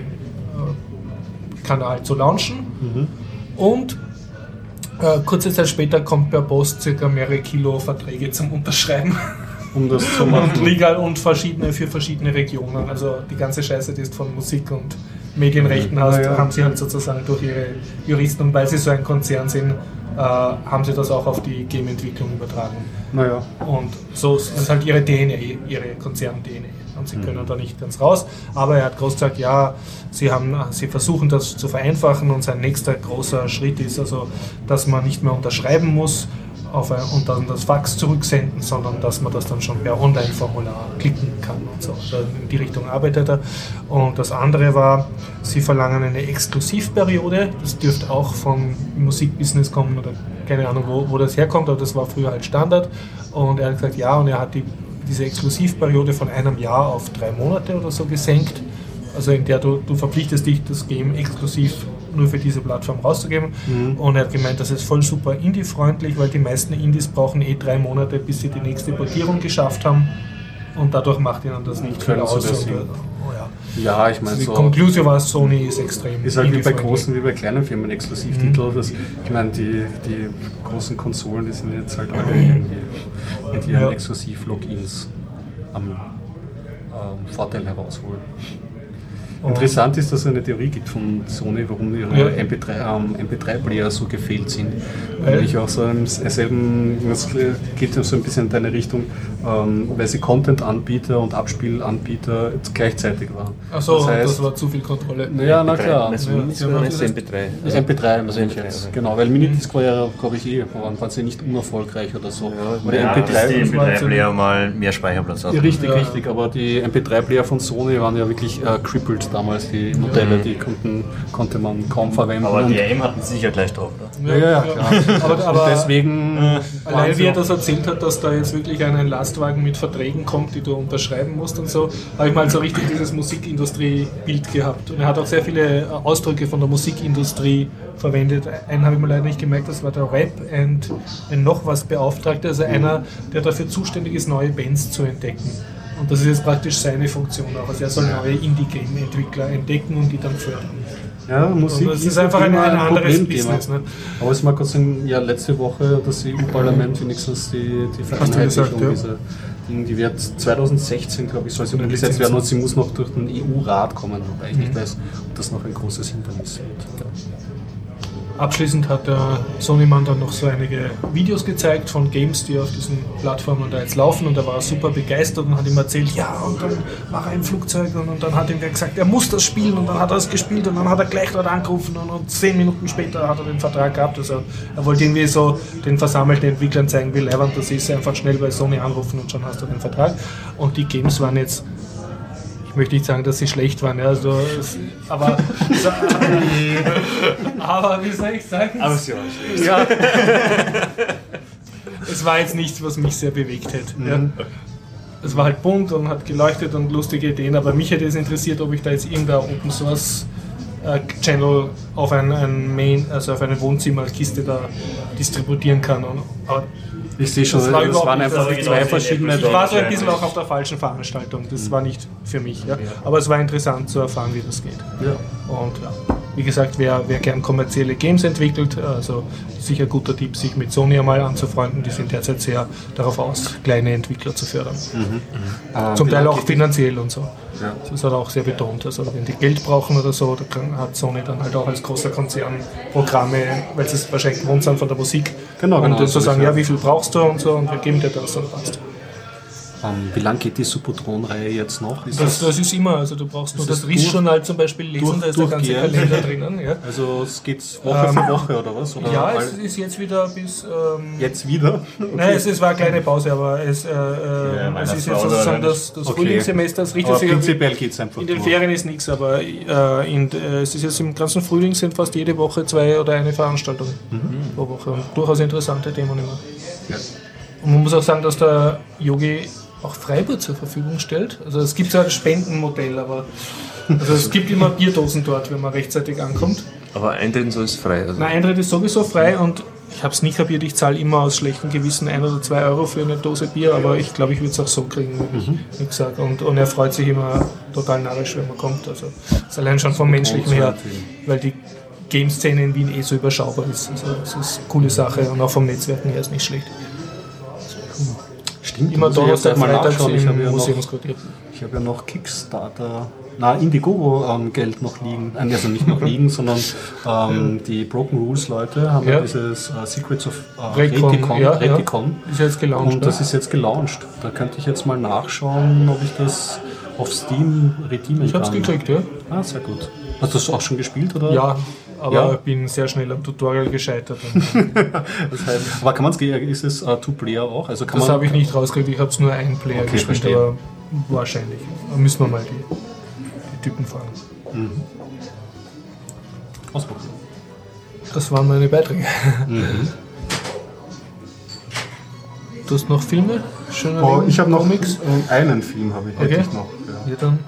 A: Sony-Kanal äh, zu launchen mhm. und äh, kurze Zeit später kommt per Post circa mehrere Kilo Verträge zum Unterschreiben.
B: Um das zu machen.
A: Und legal und verschiedene für verschiedene Regionen, also die ganze Scheiße, die ist von Musik und Medienrechten hast, ja, ja. haben sie halt sozusagen durch ihre Juristen und weil sie so ein Konzern sind, äh, haben sie das auch auf die Game-Entwicklung übertragen.
B: Naja.
A: Und so ist halt ihre D N A, ihre Konzern-D N A. Und sie mhm. können da nicht ganz raus. Aber er hat groß gesagt, ja, sie, haben, sie versuchen das zu vereinfachen und sein nächster großer Schritt ist also, dass man nicht mehr unterschreiben muss auf ein, und dann das Fax zurücksenden, sondern dass man das dann schon per Online-Formular klicken kann und so. Also in die Richtung arbeitet er. Und das andere war, sie verlangen eine Exklusivperiode. Das dürfte auch vom Musikbusiness kommen oder keine Ahnung, wo, wo das herkommt, aber das war früher halt Standard. Und er hat gesagt, ja, und er hat die, diese Exklusivperiode von einem Jahr auf drei Monate oder so gesenkt. Also in der du, du verpflichtest dich, das Game exklusiv nur für diese Plattform rauszugeben. Mhm. Und er hat gemeint, das ist voll super Indie-freundlich, weil die meisten Indies brauchen eh drei Monate, bis sie die nächste Portierung geschafft haben. Und dadurch macht ihnen das nicht viel aus. Und, oh ja.
B: Ja, ich meine
A: also
B: so.
A: Die Konklusion war, Sony ist extrem.
B: Ist halt wie bei großen wie bei kleinen Firmen Exklusivtitel. Mhm. Das, ich meine, die, die großen Konsolen, die sind jetzt halt alle irgendwie mit ihren ja. Exklusiv-Logins am ähm, Vorteil herausholen. Interessant ist, dass es eine Theorie gibt von Sony, warum ihre ja. M P drei, ähm, M P drei Player so gefehlt sind. Weil ich auch so im selben, das geht so ein bisschen in deine Richtung, ähm, weil sie Content-Anbieter und Abspielanbieter gleichzeitig waren.
A: Achso, das, heißt, das war zu viel Kontrolle.
B: Ja, na klar.
C: Also ja, ja, das M P drei.
B: Das M P drei, also M P drei jetzt. Genau, weil Minidisc war ja, glaube ich, eh, waren sie nicht unerfolgreich oder so.
D: Ja, ja, M P drei, die M P drei Player mal mehr Speicherplatz hatten.
B: Ja, richtig, ja. richtig, aber die M P drei Player von Sony waren ja wirklich äh, crippled damals, die Modelle, die konnten, konnte man kaum verwenden.
D: Aber die A M hatten sicher gleich drauf, oder?
B: Ja, ja, ja, klar.
A: aber, aber
B: und deswegen...
A: Äh, allein wie er das erzählt hat, dass da jetzt wirklich ein Lastwagen mit Verträgen kommt, die du unterschreiben musst und so, habe ich mal so richtig dieses Musikindustrie-Bild gehabt. Und er hat auch sehr viele Ausdrücke von der Musikindustrie verwendet. Einen habe ich mir leider nicht gemerkt, das war der Rap und ein noch was Beauftragter, also einer, der dafür zuständig ist, neue Bands zu entdecken. Und das ist jetzt praktisch seine Funktion auch. Also er soll neue Indie-Game-Entwickler entdecken und die dann fördern.
B: Ja, Musik
A: das ist, ist einfach ein, ein anderes Business. Ne?
B: Aber es mag Gott sagen, ja, letzte Woche das E U-Parlament wenigstens die, die Vereinheitlichung ja. dieser Dinge, die wird zwanzig sechzehn, glaube ich, soll sie umgesetzt werden und sie muss noch durch den E U-Rat kommen, wobei ich mhm. nicht weiß, ob das noch ein großes Hindernis wird. Ja.
A: Abschließend hat der Sony-Mann dann noch so einige Videos gezeigt von Games, die auf diesen Plattformen da jetzt laufen und er war super begeistert und hat ihm erzählt, ja und dann war er im Flugzeug und, und dann hat ihm gesagt, er muss das spielen und dann hat er es gespielt und dann hat er gleich dort angerufen und, und zehn Minuten später hat er den Vertrag gehabt. Also er wollte irgendwie so den versammelten Entwicklern zeigen, wie leibend das ist, einfach schnell bei Sony anrufen und schon hast du den Vertrag. Und die Games waren jetzt, ich möchte nicht sagen, dass sie schlecht waren, ja, also, aber, aber wie soll ich sagen?
D: Aber sie waren schlecht.
A: Ja. Es war jetzt nichts, was mich sehr bewegt hätte. Ja. es war halt bunt und hat geleuchtet und lustige Ideen, aber mich hätte es interessiert, ob ich da jetzt irgendein Open Source äh, Channel auf ein, ein Main, also auf eine Wohnzimmerkiste da distributieren kann. Und, aber
B: Ich sehe schon,
A: Das war
B: das
A: überhaupt
B: waren
A: nicht
B: einfach
A: so
B: zwei
D: genau
B: verschiedene.
A: ich war so ein
D: wahrscheinlich.
A: bisschen auch auf der falschen Veranstaltung, das war nicht für mich. Ja. Aber es war interessant zu erfahren, wie das geht.
B: Ja.
A: Und ja, wie gesagt, wer, wer gern kommerzielle Games entwickelt, also sicher ein guter Tipp, sich mit Sony einmal anzufreunden. Die sind derzeit sehr darauf aus, kleine Entwickler zu fördern.
B: Äh,
A: Zum
B: wie
A: Teil
B: lange
A: auch
B: geht die-
A: finanziell und so.
B: Ja.
A: Das hat er auch sehr betont. Also wenn die Geld brauchen oder so, da kann, hat Sony dann halt auch als großer Konzern Programme, weil sie es wahrscheinlich gewohnt sind von der Musik.
B: Genau,
A: und
B: genau,
A: dann zu
B: so
A: sagen,
B: ist ja.
A: ja, wie viel brauchst du und so, und wir geben dir das und passt.
B: Ähm, wie lange geht die Subotron-Reihe jetzt noch? Ist
A: Das, das ist immer, also du brauchst nur
B: Das
A: das
B: ist
A: Riss-Journal zum Beispiel lesen,
B: durch-
A: da ist der ganze
B: durchgehend.
A: Kalender drinnen. Ja,
B: also es geht Woche
A: Ähm,
B: für Woche oder was? Oder
A: ja
B: all-
A: es ist jetzt wieder bis... Ähm,
B: jetzt wieder? Okay.
A: Nein, es, es war eine kleine Pause, aber es, äh, äh, es ist jetzt sozusagen das, das
B: Okay.
A: Frühlingssemester, es richtet
B: Aber
A: sich
B: prinzipiell geht es einfach
A: in den
B: durch.
A: Ferien ist nichts, aber äh, in, äh, es ist jetzt im ganzen Frühling sind fast jede Woche zwei oder eine Veranstaltung pro Woche und durchaus interessante Themen immer. Und man muss auch sagen, dass der Yogi auch Freibier zur Verfügung stellt. Also es gibt so ein Spendenmodell, aber also es gibt immer Bierdosen dort, wenn man rechtzeitig ankommt.
F: Aber Eintritt so ist frei. Also.
A: Nein, Eintritt ist sowieso frei und ich habe es nicht kapiert, ich zahle immer aus schlechtem Gewissen ein oder zwei Euro für eine Dose Bier, aber ich glaube, ich würde es auch so kriegen, wie ich, wie gesagt. Und, und er freut sich immer total narrisch, wenn man kommt. Also das ist allein schon vom Menschlichen her, weil die Game-Szene in Wien eh so überschaubar ist. Also das ist eine coole Sache und auch vom Netzwerken her ist nicht schlecht.
B: Stimmt,
A: Immer
B: muss ich jetzt
A: Donnerstag,
B: mal
A: Freitags
B: nachschauen. Ich habe
A: im
B: ja noch,
A: Museumsquartier.
B: ich habe ja noch Kickstarter, na Indiegogo ähm, Geld noch liegen, Äh, also nicht noch liegen, sondern ähm, die Broken Rules Leute haben ja,
A: Ja.
B: dieses äh, Secrets of äh,
A: Reticon,
B: Reticon,
A: ja,
B: Reticon.
A: ja. Ist jetzt gelauncht.
B: Und das ist jetzt gelauncht. Da könnte ich jetzt mal nachschauen, ob ich das auf Steam redeemen
A: ich habe es
B: kann.
A: gekriegt, ja.
B: Ah, sehr gut. Hast du das auch schon gespielt, oder?
A: Ja, aber
B: Ja.
A: ich bin sehr schnell am Tutorial gescheitert.
B: Das heißt, aber kann man es, ist es uh, Two-Player auch? Also kann
A: Das
B: man,
A: habe ich nicht rausgekriegt, ich habe es nur ein Player
B: Okay,
A: gespielt,
B: verstehe.
A: aber wahrscheinlich. Da müssen wir mal die, die Typen fragen.
B: ausprobieren.
A: Das waren meine Beiträge. Du hast noch Filme? Schöne
B: Oh, ich habe noch
A: Comics?
B: äh, einen Film, habe ich, hätte
A: Okay.
B: ich noch. Ja.
A: Ja, dann.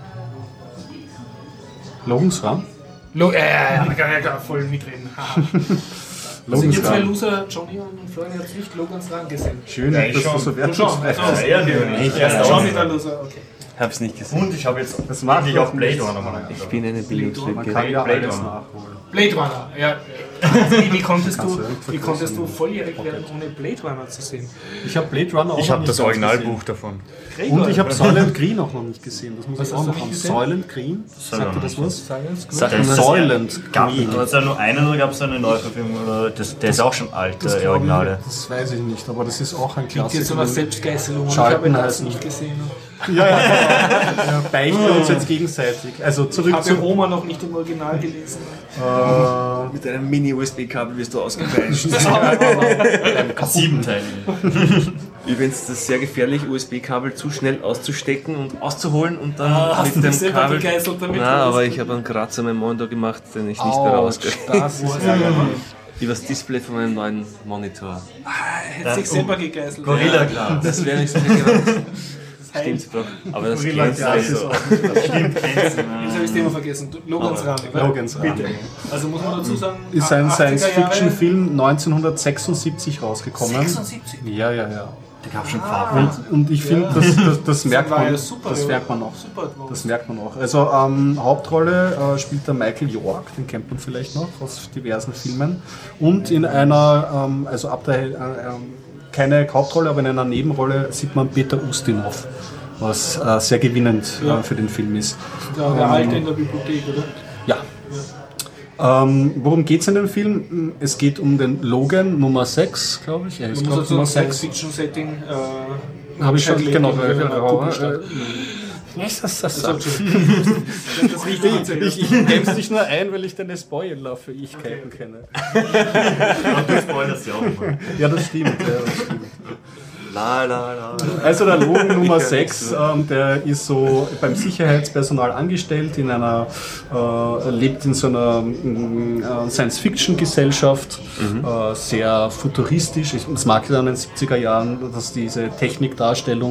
B: Logan's Run.
A: Lo ja, ja, ja, da kann ich ja voll mitreden. Haha. Also
B: Logan's
A: ihr zwei
B: Run.
A: Loser, Johnny und Florian, habt nicht Logan's Run gesehen.
B: Schön,
D: Ja, ich
B: dass
D: schon.
B: du so
A: Du
B: wertungsfrei
A: schon.
B: bist.
D: Ja, ja, nicht.
A: Ja, Johnny der Loser, okay.
C: Hab's nicht gesehen.
D: Und ich habe jetzt
B: Das macht
D: endlich
B: doch
D: auf Blade
B: nichts.
D: Runner mal
F: Ich bin eine
B: Man
F: Bildungslücke.
B: kann ja
D: Blade
B: alles
D: Runner.
B: nachholen.
A: Blade Runner, ja. Wie, wie, konntest
B: Kannst
A: du,
B: du
A: wie
B: vergessen.
A: konntest du volljährig werden, ohne Blade Runner zu sehen?
B: Ich habe Blade Runner auch
D: Ich
B: noch
D: habe
B: nicht
D: das
B: ganz
D: Originalbuch davon.
B: gesehen. Und ich habe Soylent Green auch noch nicht gesehen. Das muss
A: Was
B: ich
A: hast
B: auch
A: du
B: noch
A: nicht
B: haben.
A: gesehen?
B: Soylent Green? Sagt ihr das was?
A: Silence
F: Sag
A: Group?
F: mal,
B: Soylent
D: Gab
B: Green.
D: es ja nur einen oder gab es eine Neuverfilmung? Oder das, der ist auch schon alt,
B: Das,
D: der
B: glaub
D: Originale.
B: ich, das weiß ich nicht, aber das ist auch ein
A: Klingt jetzt so nach
B: Klassiker.
A: Selbstgeißelung und ich
B: Schalten
A: habe das
B: heißen.
A: nicht gesehen.
B: Ja, ja, ja. Beichten uns jetzt gegenseitig. Also
A: Ich
B: zurück
A: habe
B: zu.
A: Roma noch nicht im Original gelesen.
B: Äh,
F: Mit einem Mini-U S B-Kabel wirst du ausgepeitscht.
D: Siebenteilig.
F: Übrigens, das ist sehr gefährlich, U S B-Kabel zu schnell auszustecken und auszuholen und dann
A: Ah, hast du
F: mit
A: dich
F: dem
A: selber
F: Kabel.
A: gegeißelt damit?
F: Na, aber ich habe einen Kratzer an meinem Monitor gemacht, den ich nicht mehr
B: Autsch,
F: rausgehe.
B: das ist ärgerlich.
F: Übers Display von meinem neuen Monitor.
A: hätte sich selber gegeißelt.
D: Gorilla Glas.
F: Das wäre nicht so viel gemacht.
A: Das heißt,
F: Stimmt doch. Aber das
B: Gorilla
F: kennst du
B: Glas
F: also.
B: ist auch
D: Stimmt, kennst du.
A: jetzt habe ich das Thema vergessen. Logans Run. oder?
B: Logan's Run.
A: Also muss man dazu sagen,
B: Ist ein
A: achtziger Jahre.
B: Science-Fiction-Film neunzehnhundertsechsundsiebzig rausgekommen.
A: sechsundsiebzig?
B: Ja, ja, ja.
D: Der gab schon Farben.
B: Und, und ich finde, das, das, das, merkt
A: war ja
B: man,
A: super,
B: das
A: ja.
B: merkt man auch.
A: Super Advanced.
B: Das merkt man auch. Also ähm, Hauptrolle äh, spielt der Michael York, den kennt man vielleicht noch aus diversen Filmen. Und in einer, ähm, also ab der, äh, ähm, keine Hauptrolle, aber in einer Nebenrolle sieht man Peter Ustinov, was äh, sehr gewinnend
A: Ja.
B: äh, für den Film ist.
A: Der, der Alte in der Bibliothek, oder?
B: Ja. Ähm, worum geht es in dem Film? Es geht um den Logan Nummer sechs, glaube ich. Ja, ich
A: Man
B: glaub,
A: muss also
B: Nummer
A: ein
B: sechs.
A: Science-Fiction-Setting. Äh,
B: Habe ich schon,
A: Scheidel-
B: genau.
A: äh,
B: Äh,
A: Kugelstadt.
B: Was das, das,
A: So, Entschuldigung. Das Wichtige
B: Ich,
A: zuerst.
B: ich, ich bremse dich nur ein, weil ich deine Spoiler-Fähigkeiten kenne.
D: Du spoilerst ja auch immer.
B: Ja, das stimmt. Ja, das stimmt.
F: La, la, la.
B: Also der Logan Nummer sechs, ähm, der ist so beim Sicherheitspersonal angestellt, in einer, äh, lebt in so einer äh, Science-Fiction-Gesellschaft, äh, sehr futuristisch. Ich, das mag ich an den siebziger Jahren, dass diese Technikdarstellung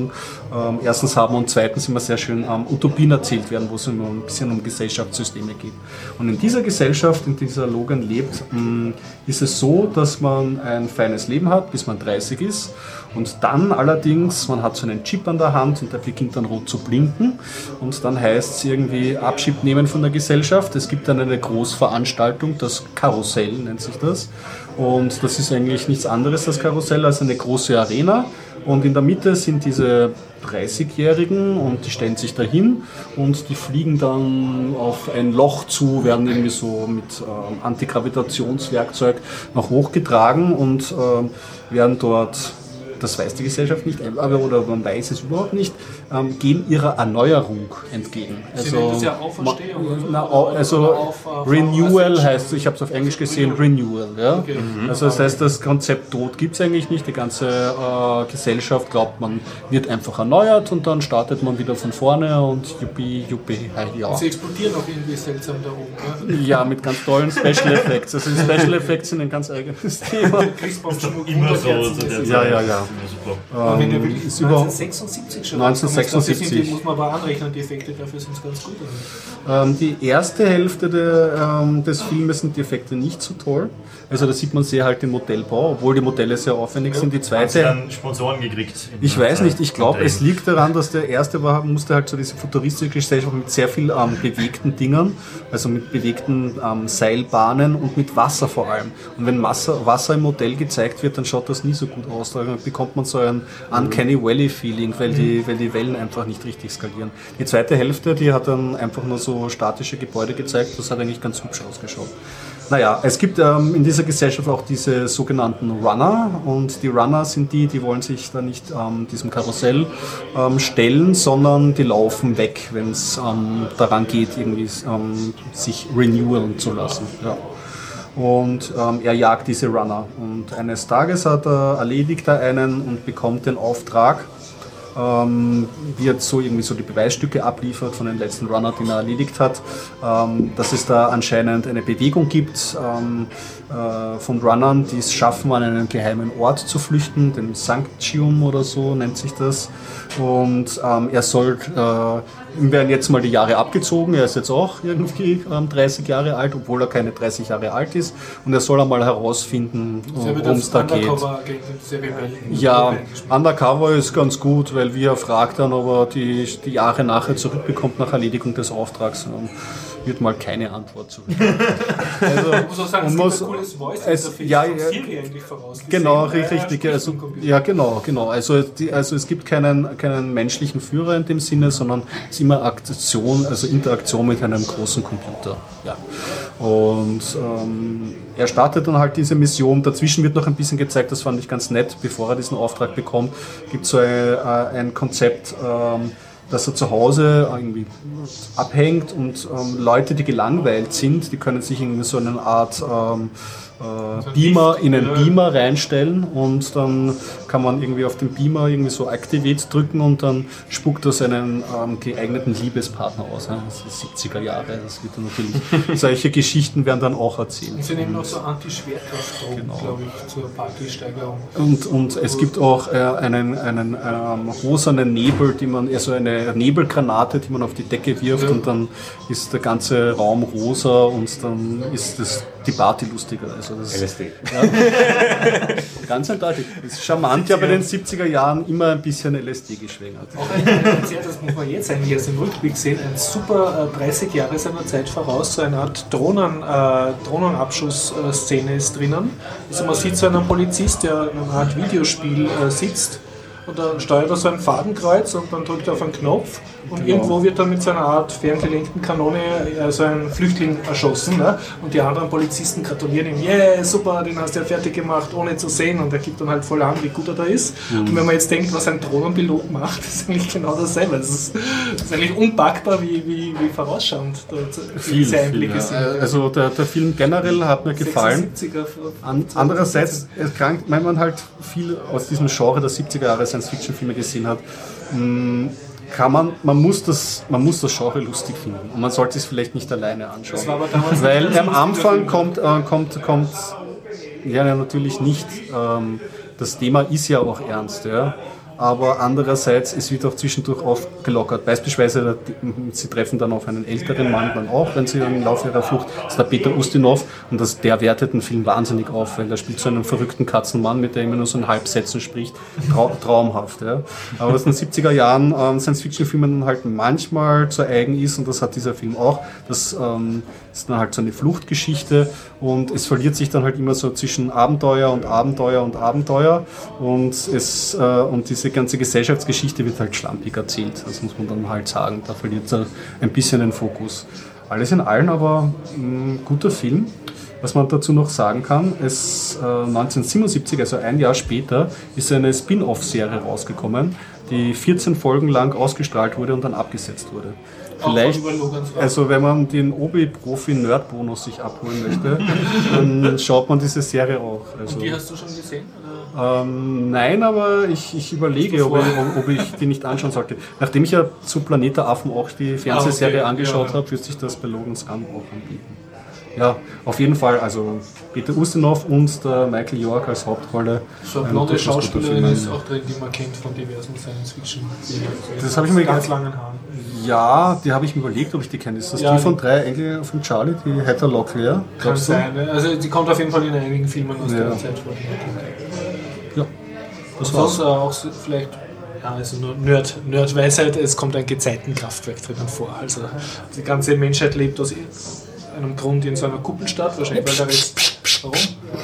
B: ähm, erstens haben und zweitens immer sehr schön ähm, Utopien erzählt werden, wo es immer ein bisschen um Gesellschaftssysteme geht. Und in dieser Gesellschaft, in dieser Logan lebt, mh, ist es so, dass man ein feines Leben hat, bis man dreißig ist. Und dann allerdings, man hat so einen Chip an der Hand und der beginnt dann rot zu blinken. Und dann heißt es irgendwie Abschied nehmen von der Gesellschaft. Es gibt dann eine Großveranstaltung, das Karussell nennt sich das. Und das ist eigentlich nichts anderes, das Karussell, als eine große Arena. Und in der Mitte sind diese dreißigjährigen und die stellen sich dahin und die fliegen dann auf ein Loch zu, werden irgendwie so mit ähm, Antigravitationswerkzeug noch hochgetragen und ähm, werden dort, das weiß die Gesellschaft nicht, aber oder man weiß es überhaupt nicht, ähm, gehen ihrer Erneuerung entgegen.
A: Sie nennen das ja Auferstehung.
B: Na, also auf, auf, Renewal auf heißt, ich habe es auf Englisch gesehen, Renewal. Ja? Okay. Mhm. Also das heißt, das Konzept Tod gibt es eigentlich nicht. Die ganze äh, Gesellschaft glaubt, man wird einfach erneuert und dann startet man wieder von vorne und juppie, juppie, ja.
A: Und sie explodieren auch irgendwie seltsam da oben. Ja,
B: ja, mit ganz tollen Special Effects. Also die Special Effects sind ein ganz eigenes Thema.
D: Immer so.
B: Ja, ja, ja.
A: Aber wenn der wirklich neunzehnhundertsechsundsiebzig schon
B: neunzehnhundertsechsundsiebzig.
A: Die muss man aber anrechnen, die Effekte dafür sind ganz gut.
B: Ähm, die erste Hälfte der, ähm, des Filmes sind die Effekte nicht so toll. Also da sieht man sehr halt den Modellbau, obwohl die Modelle sehr aufwendig ja. sind. Die zweite,
D: haben Sie dann Sponsoren gekriegt?
B: Ich weiß nicht, ich glaube, es liegt daran, dass der erste war, musste halt so diese futuristische Gesellschaft mit sehr viel ähm, bewegten Dingen, also mit bewegten ähm, Seilbahnen und mit Wasser vor allem. Und wenn Wasser, Wasser im Modell gezeigt wird, dann schaut das nie so gut aus. Da bekommt man so ein Uncanny Valley Feeling, weil die, weil die Wellen einfach nicht richtig skalieren. Die zweite Hälfte, die hat dann einfach nur so statische Gebäude gezeigt, das hat eigentlich ganz hübsch ausgeschaut. Naja, es gibt ähm, in dieser Gesellschaft auch diese sogenannten Runner und die Runner sind die, die wollen sich da nicht ähm, diesem Karussell ähm, stellen, sondern die laufen weg, wenn es ähm, daran geht, irgendwie ähm, sich renewalen zu lassen. Ja. Und ähm, er jagt diese Runner und eines Tages hat er, erledigt er einen und bekommt den Auftrag, ähm, wird so irgendwie so die Beweisstücke abliefert von den letzten Runner, den er erledigt hat, ähm, dass es da anscheinend eine Bewegung gibt ähm, äh, von Runnern, die es schaffen, an einen geheimen Ort zu flüchten, den Sanctium oder so nennt sich das. Und ähm, er soll, äh, ihm werden jetzt mal die Jahre abgezogen, er ist jetzt auch irgendwie ähm, dreißig Jahre alt, obwohl er keine dreißig Jahre alt ist. Und er soll einmal herausfinden, worum es da geht. Ja, Undercover ist ganz gut, weil wir fragt dann, ob er die, die Jahre nachher zurückbekommt nach Erledigung des Auftrags. Und wird mal keine Antwort zurück.
A: Also, ich muss auch sagen, es gibt ein cooles Voice-Interface
B: ja,
A: von Siri eigentlich vorausgesehen.
B: Genau, richtig. Ja, also, ja, genau, genau. Also, die, also es gibt keinen, keinen menschlichen Führer in dem Sinne, sondern es ist immer Aktion, also Interaktion mit einem großen Computer. Ja. Und ähm, er startet dann halt diese Mission. Dazwischen wird noch ein bisschen gezeigt, das fand ich ganz nett, bevor er diesen Auftrag bekommt, gibt es so ein, ein Konzept, ähm, dass er zu Hause irgendwie abhängt und ähm, Leute, die gelangweilt sind, die können sich in so eine Art ähm, äh, Beamer, in einen Beamer reinstellen und dann kann man irgendwie auf den Beamer irgendwie so Activate drücken und dann spuckt er seinen ähm, geeigneten Liebespartner aus. Ja? Das ist siebziger Jahre, das wird dann natürlich, solche Geschichten werden dann auch erzählt.
A: Und sie nehmen auch so Anti-Schwerkraftdrogen, genau, glaube ich, zur Partysteigerung.
B: Und, und es gibt auch äh, einen, einen ähm, rosanen Nebel, die man, also eine Nebelgranate, die man auf die Decke wirft, ja, und dann ist der ganze Raum rosa und dann ist das, die Party lustiger. Also das,
C: L S D.
B: Ja, ganz eindeutig. Das ist charmant, ja bei den siebziger Jahren immer ein bisschen L S D geschwängert.
A: Auch ein, ein sehr, das muss man jetzt eigentlich erst im Rückblick sehen, ein super äh, dreißig Jahre seiner Zeit voraus, so eine Art Drohnen, äh, Drohnenabschussszene ist drinnen. Also man sieht so einen Polizist, der in einer Art Videospiel äh, sitzt und dann steuert er so ein Fadenkreuz und dann drückt er auf einen Knopf und genau, irgendwo wird dann mit so einer Art ferngelenkten Kanone äh, so ein Flüchtling erschossen, ne? Und die anderen Polizisten gratulieren ihm, yeah, super, den hast du ja fertig gemacht, ohne zu sehen, und er gibt dann halt voll an, wie gut er da ist. Mhm. Und wenn man jetzt denkt, was ein Drohnenpilot macht, ist eigentlich genau dasselbe. Das ist, das ist eigentlich unpackbar, wie, wie, wie vorausschauend
B: viel, diese Einblicke viel, ja, sind. Also der, der Film generell hat mir gefallen. An, andererseits, es krank, wenn man halt viel aus diesem Genre der siebziger Jahre Science-Fiction-Filme gesehen hat, mh, kann man, man muss das, man muss das Genre lustig finden und man sollte es vielleicht nicht alleine anschauen. Weil am Anfang kommt, äh, kommt, kommt, ja natürlich nicht, ähm, das Thema ist ja auch ernst, ja. aber andererseits, es wird auch zwischendurch aufgelockert. Beispielsweise, sie treffen dann auf einen älteren Mann dann auch, wenn sie im Laufe ihrer Flucht, das ist der Peter Ustinov, und das, der wertet den Film wahnsinnig auf, weil er spielt so einen verrückten Katzenmann, mit der immer nur so in Halbsätzen spricht. Trau traumhaft, ja. Aber was in den siebziger Jahren ähm, Science-Fiction-Filmen dann halt manchmal zu eigen ist, und das hat dieser Film auch, das ähm, ist dann halt so eine Fluchtgeschichte, und es verliert sich dann halt immer so zwischen Abenteuer und Abenteuer und Abenteuer, und es äh, und diese ganze Gesellschaftsgeschichte wird halt schlampig erzählt, das muss man dann halt sagen, da verliert er ein bisschen den Fokus. Alles in allem aber ein guter Film. Was man dazu noch sagen kann, es äh, neunzehnhundertsiebenundsiebzig, also ein Jahr später, ist eine Spin-off-Serie rausgekommen, die vierzehn Folgen lang ausgestrahlt wurde und dann abgesetzt wurde. Vielleicht, also wenn man den Obi-Profi-Nerd-Bonus sich abholen möchte, dann schaut man diese Serie auch. Also,
A: und die hast du schon gesehen? Oder?
B: Ähm, nein, aber ich, ich überlege, ob ich, ob ich die nicht anschauen sollte. Nachdem ich ja zu Planet der Affen auch die Fernsehserie ah, okay. angeschaut ja, ja. habe, wird sich das bei Logan's Run auch anbieten. Ja, auf jeden Fall, also Peter Ustinov und der Michael York als Hauptrolle.
A: So eine blonde Schauspielerin ist auch drin, die man kennt von diversen Science-Fiction-Filmen.
B: Das habe ich mir
A: ganz langen Haaren.
B: Ja, die habe ich mir überlegt, ob ich die kenne. Ist das ja, die von drei Engel von Charlie, die Heather Locklear?
A: Kann sein, ne? Also die kommt auf jeden Fall in einigen Filmen aus
B: ja.
A: der Zeit vor.
B: Ja, das
A: war's. auch so vielleicht, ja, also nur Nerd, Nerd-Weisheit, es kommt ein Gezeitenkraftwerk drinnen vor. Also die ganze Menschheit lebt aus einem Grund in so einer Kuppelstadt, wahrscheinlich weil da jetzt... Warum?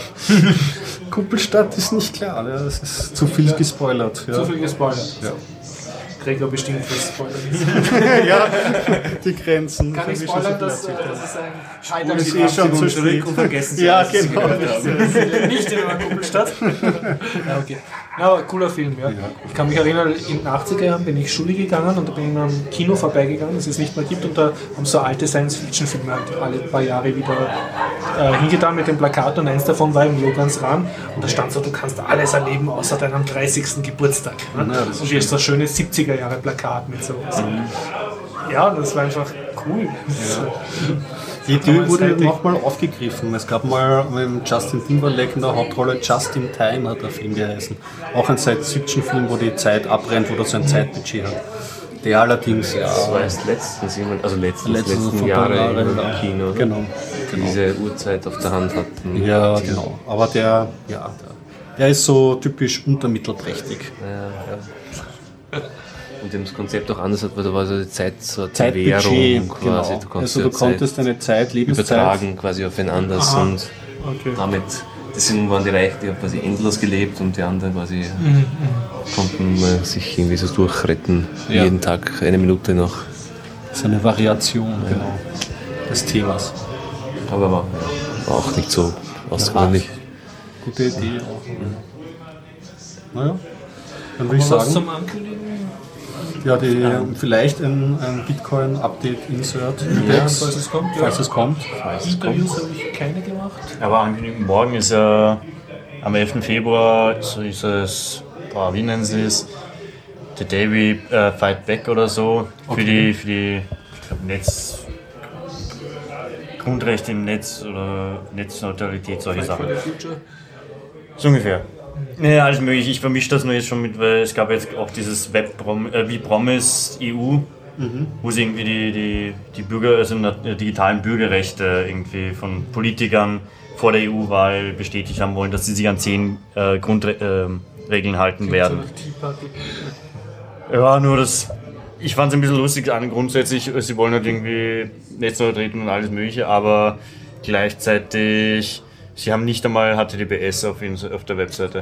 B: Kuppelstadt ist nicht klar, ne? Das ist zu viel gespoilert. Ja.
A: Zu viel gespoilert.
B: Ja.
A: Gregor bestimmt, was Spoiler ist.
B: Ja, die Grenzen.
A: Kann ich spoilern, dass, dass es ein Scheitern
B: ist eh schon zu zurück
F: und vergessen
B: ja, genau.
A: Nicht in einer Kuppelstadt. Ja, okay. Ja, cooler Film, ja. Ich kann mich erinnern, in den achtziger Jahren bin ich Schule gegangen und da bin ich in einem Kino vorbeigegangen, das es nicht mehr gibt, und da haben so alte Science-Fiction-Filme halt alle paar Jahre wieder äh, hingetan mit dem Plakat, und eins davon war im Logan's Run, und da stand so, du kannst alles erleben außer deinem dreißigsten Geburtstag. Ne? Ja, und hier ist so ein schönes siebziger Jahre Plakat mit sowas. Mhm. Ja, das war einfach cool.
B: Ja. Die Idee wurde nochmal aufgegriffen. Es gab mal mit Justin Timberlake in der Hauptrolle Just in Time, hat der Film geheißen. Auch ein Science-Fiction-Film, wo die Zeit abrennt, wo das so ein Zeitbudget hat. Der allerdings, ja.
F: Das war erst letztens jemand, also letztens,
B: letztens
F: letzten Jahre
B: Jahre
F: im Kino,
B: genau,
F: die
B: genau.
F: diese Uhrzeit auf der Hand hatten.
B: Ja, genau. Aber der, ja, der, der ist so typisch untermittelträchtig.
F: Ja, ja. Und dem das Konzept auch anders hat, weil da war so die Zeit, so die
B: Währung
F: quasi.
B: Genau.
F: Du konntest,
B: also du konntest deine Zeit, Lebenszeit
F: übertragen quasi auf ein anderes.
A: Aha.
F: Und
A: okay.
F: damit, deswegen waren die Reichen, die haben quasi endlos gelebt, und die anderen quasi mhm. konnten äh, sich irgendwie so durchretten, ja. jeden Tag eine Minute noch.
B: Das ist eine Variation, ja. genau, des Themas.
F: Aber war, ja, war auch nicht so außergewöhnlich.
B: Gute Idee auch. Mhm. Naja, dann würde ich
A: was
B: sagen.
A: Zum Ankündigen?
B: Ja, die, ähm, vielleicht ein, ein Bitcoin-Update-Insert,
A: ja, falls es kommt. Ja.
B: Falls es kommt.
A: Interviews habe ich keine gemacht.
D: Aber ankündigen, morgen ist ja am elften Februar, so ist es, boah, wie nennen sie es? The Day We uh, Fight Back oder so, okay. für die, für die ich glaub, Netz, Grundrechte im Netz oder Netzneutralität, solche
A: Fight
D: Sachen.
A: for the Future.
D: So ungefähr. Ja, alles möglich. Ich vermische das nur jetzt schon mit, weil es gab jetzt auch dieses Web äh, wie Promise E U, mhm. wo sie irgendwie die, die, die Bürger, also die digitalen Bürgerrechte irgendwie von Politikern vor der E U-Wahl bestätigt haben wollen, dass sie sich an zehn äh, Grundregeln äh, halten werden. Ja, nur das. Ich fand es ein bisschen lustig an, grundsätzlich, sie wollen halt irgendwie netzneutral und alles mögliche, aber gleichzeitig. Sie haben nicht einmal H T T P S auf, auf der Webseite.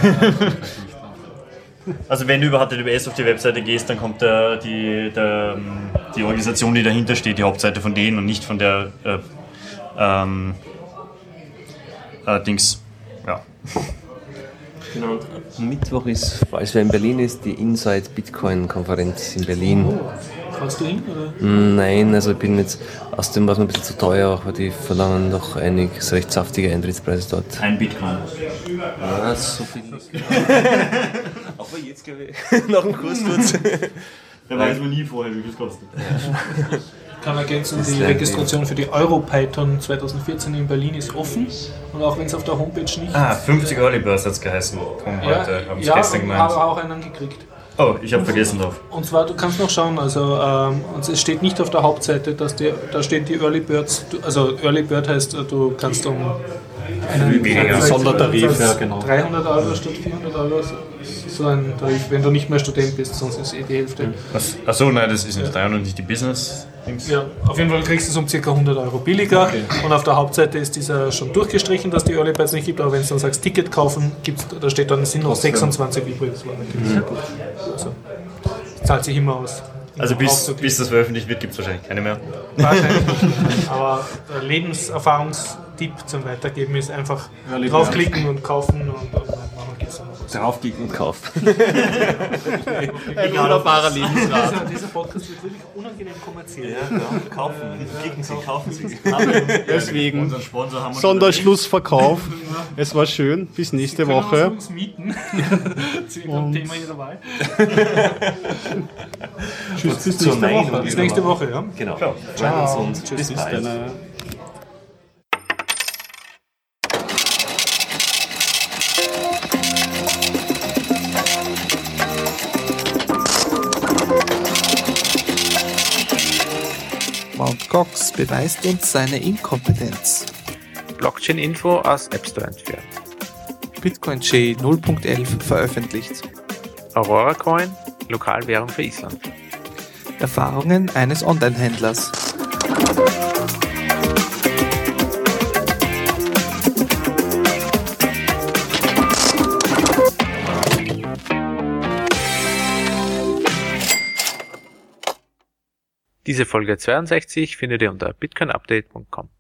D: Also wenn du über H T T P S auf die Webseite gehst, dann kommt der, die, der, die Organisation, die dahinter steht, die Hauptseite von denen und nicht von der äh, ähm, äh, Dings. Ja.
F: Genau, und am Mittwoch ist, falls wer in Berlin ist, die Inside Bitcoin Konferenz in Berlin.
A: Oh. Kannst du hin, oder?
F: Nein, also ich bin jetzt, aus dem war es mir ein bisschen zu teuer, auch weil die verlangen doch einige recht saftige Eintrittspreise dort.
D: Ein Bitcoin.
F: Ja, so viel nicht. Aber jetzt glaube ich, nach dem Kurs kurz.
D: Da weiß man nie vorher, wie viel es kostet.
A: kann ergänzen,
F: Das
A: die
F: lernt
A: Registration für die EuroPython zwanzig vierzehn in Berlin ist offen. Und auch wenn es auf der Homepage nicht...
D: Ah, fünfzig Early Birds hat es geheißen. Komm,
A: ja,
D: heute, haben es
A: ja,
D: gestern gemeint.
A: aber auch einen gekriegt.
D: Oh, ich habe vergessen drauf.
A: Und zwar, du kannst noch schauen, also ähm, und es steht nicht auf der Hauptseite, dass die, da stehen die Early Birds, du, also Early Bird heißt, du kannst um einen
D: Weniger.
B: Sondertarif, ja, genau.
A: dreihundert Euro statt vierhundert Euro, so ein Tarif, wenn du nicht mehr Student bist, sonst ist eh die Hälfte.
D: Was? Achso, nein, das ist nicht dreihundert, nicht die Business-Dings.
A: Ja, auf jeden Fall kriegst du es um ca. hundert Euro billiger und auf der Hauptseite ist dieser schon durchgestrichen, dass die Early Birds nicht gibt, aber wenn du dann sagst Ticket kaufen, gibt's, da steht dann, es sind noch sechsundzwanzig übrig. Das war natürlich sehr gut. Also, das zahlt sich immer aus.
D: Also bis,
A: Aufzug-
D: bis das veröffentlicht wird, gibt es wahrscheinlich keine mehr.
A: Wahrscheinlich. Aber der Lebenserfahrungstipp zum Weitergeben ist einfach
B: Early Bird.
A: draufklicken und kaufen und, und dann geht's dann noch was.
C: Draufklicken und kaufen.
B: Ein wunderbarer Lebensrat.
A: Dieser, dieser Podcast wird wirklich unangenehm kommerziell.
C: Kaufen. Klicken Sie, kaufen Sie.
B: Deswegen
D: Unseren Sponsor haben wir
B: Sonderschlussverkauf. Es war schön. Bis nächste
A: Können wir
B: Woche.
A: uns mieten. Zu irgendeinem Thema jeder Wahl.
B: Tschüss, bis
C: Zur
B: nächste
C: Meinung.
B: Woche.
A: Bis nächste Woche, ja.
C: Genau. Ciao. Und bis
B: Bis
C: bald.
B: dann.
G: Mount Gox beweist uns seine Inkompetenz.
H: Blockchain-Info aus App Store entfernt.
G: Bitcoin J null Punkt elf veröffentlicht.
H: Aurora Coin, Lokalwährung für Island.
G: Erfahrungen eines Online-Händlers.
H: Diese Folge zweiundsechzig findet ihr unter bitcoin update punkt com.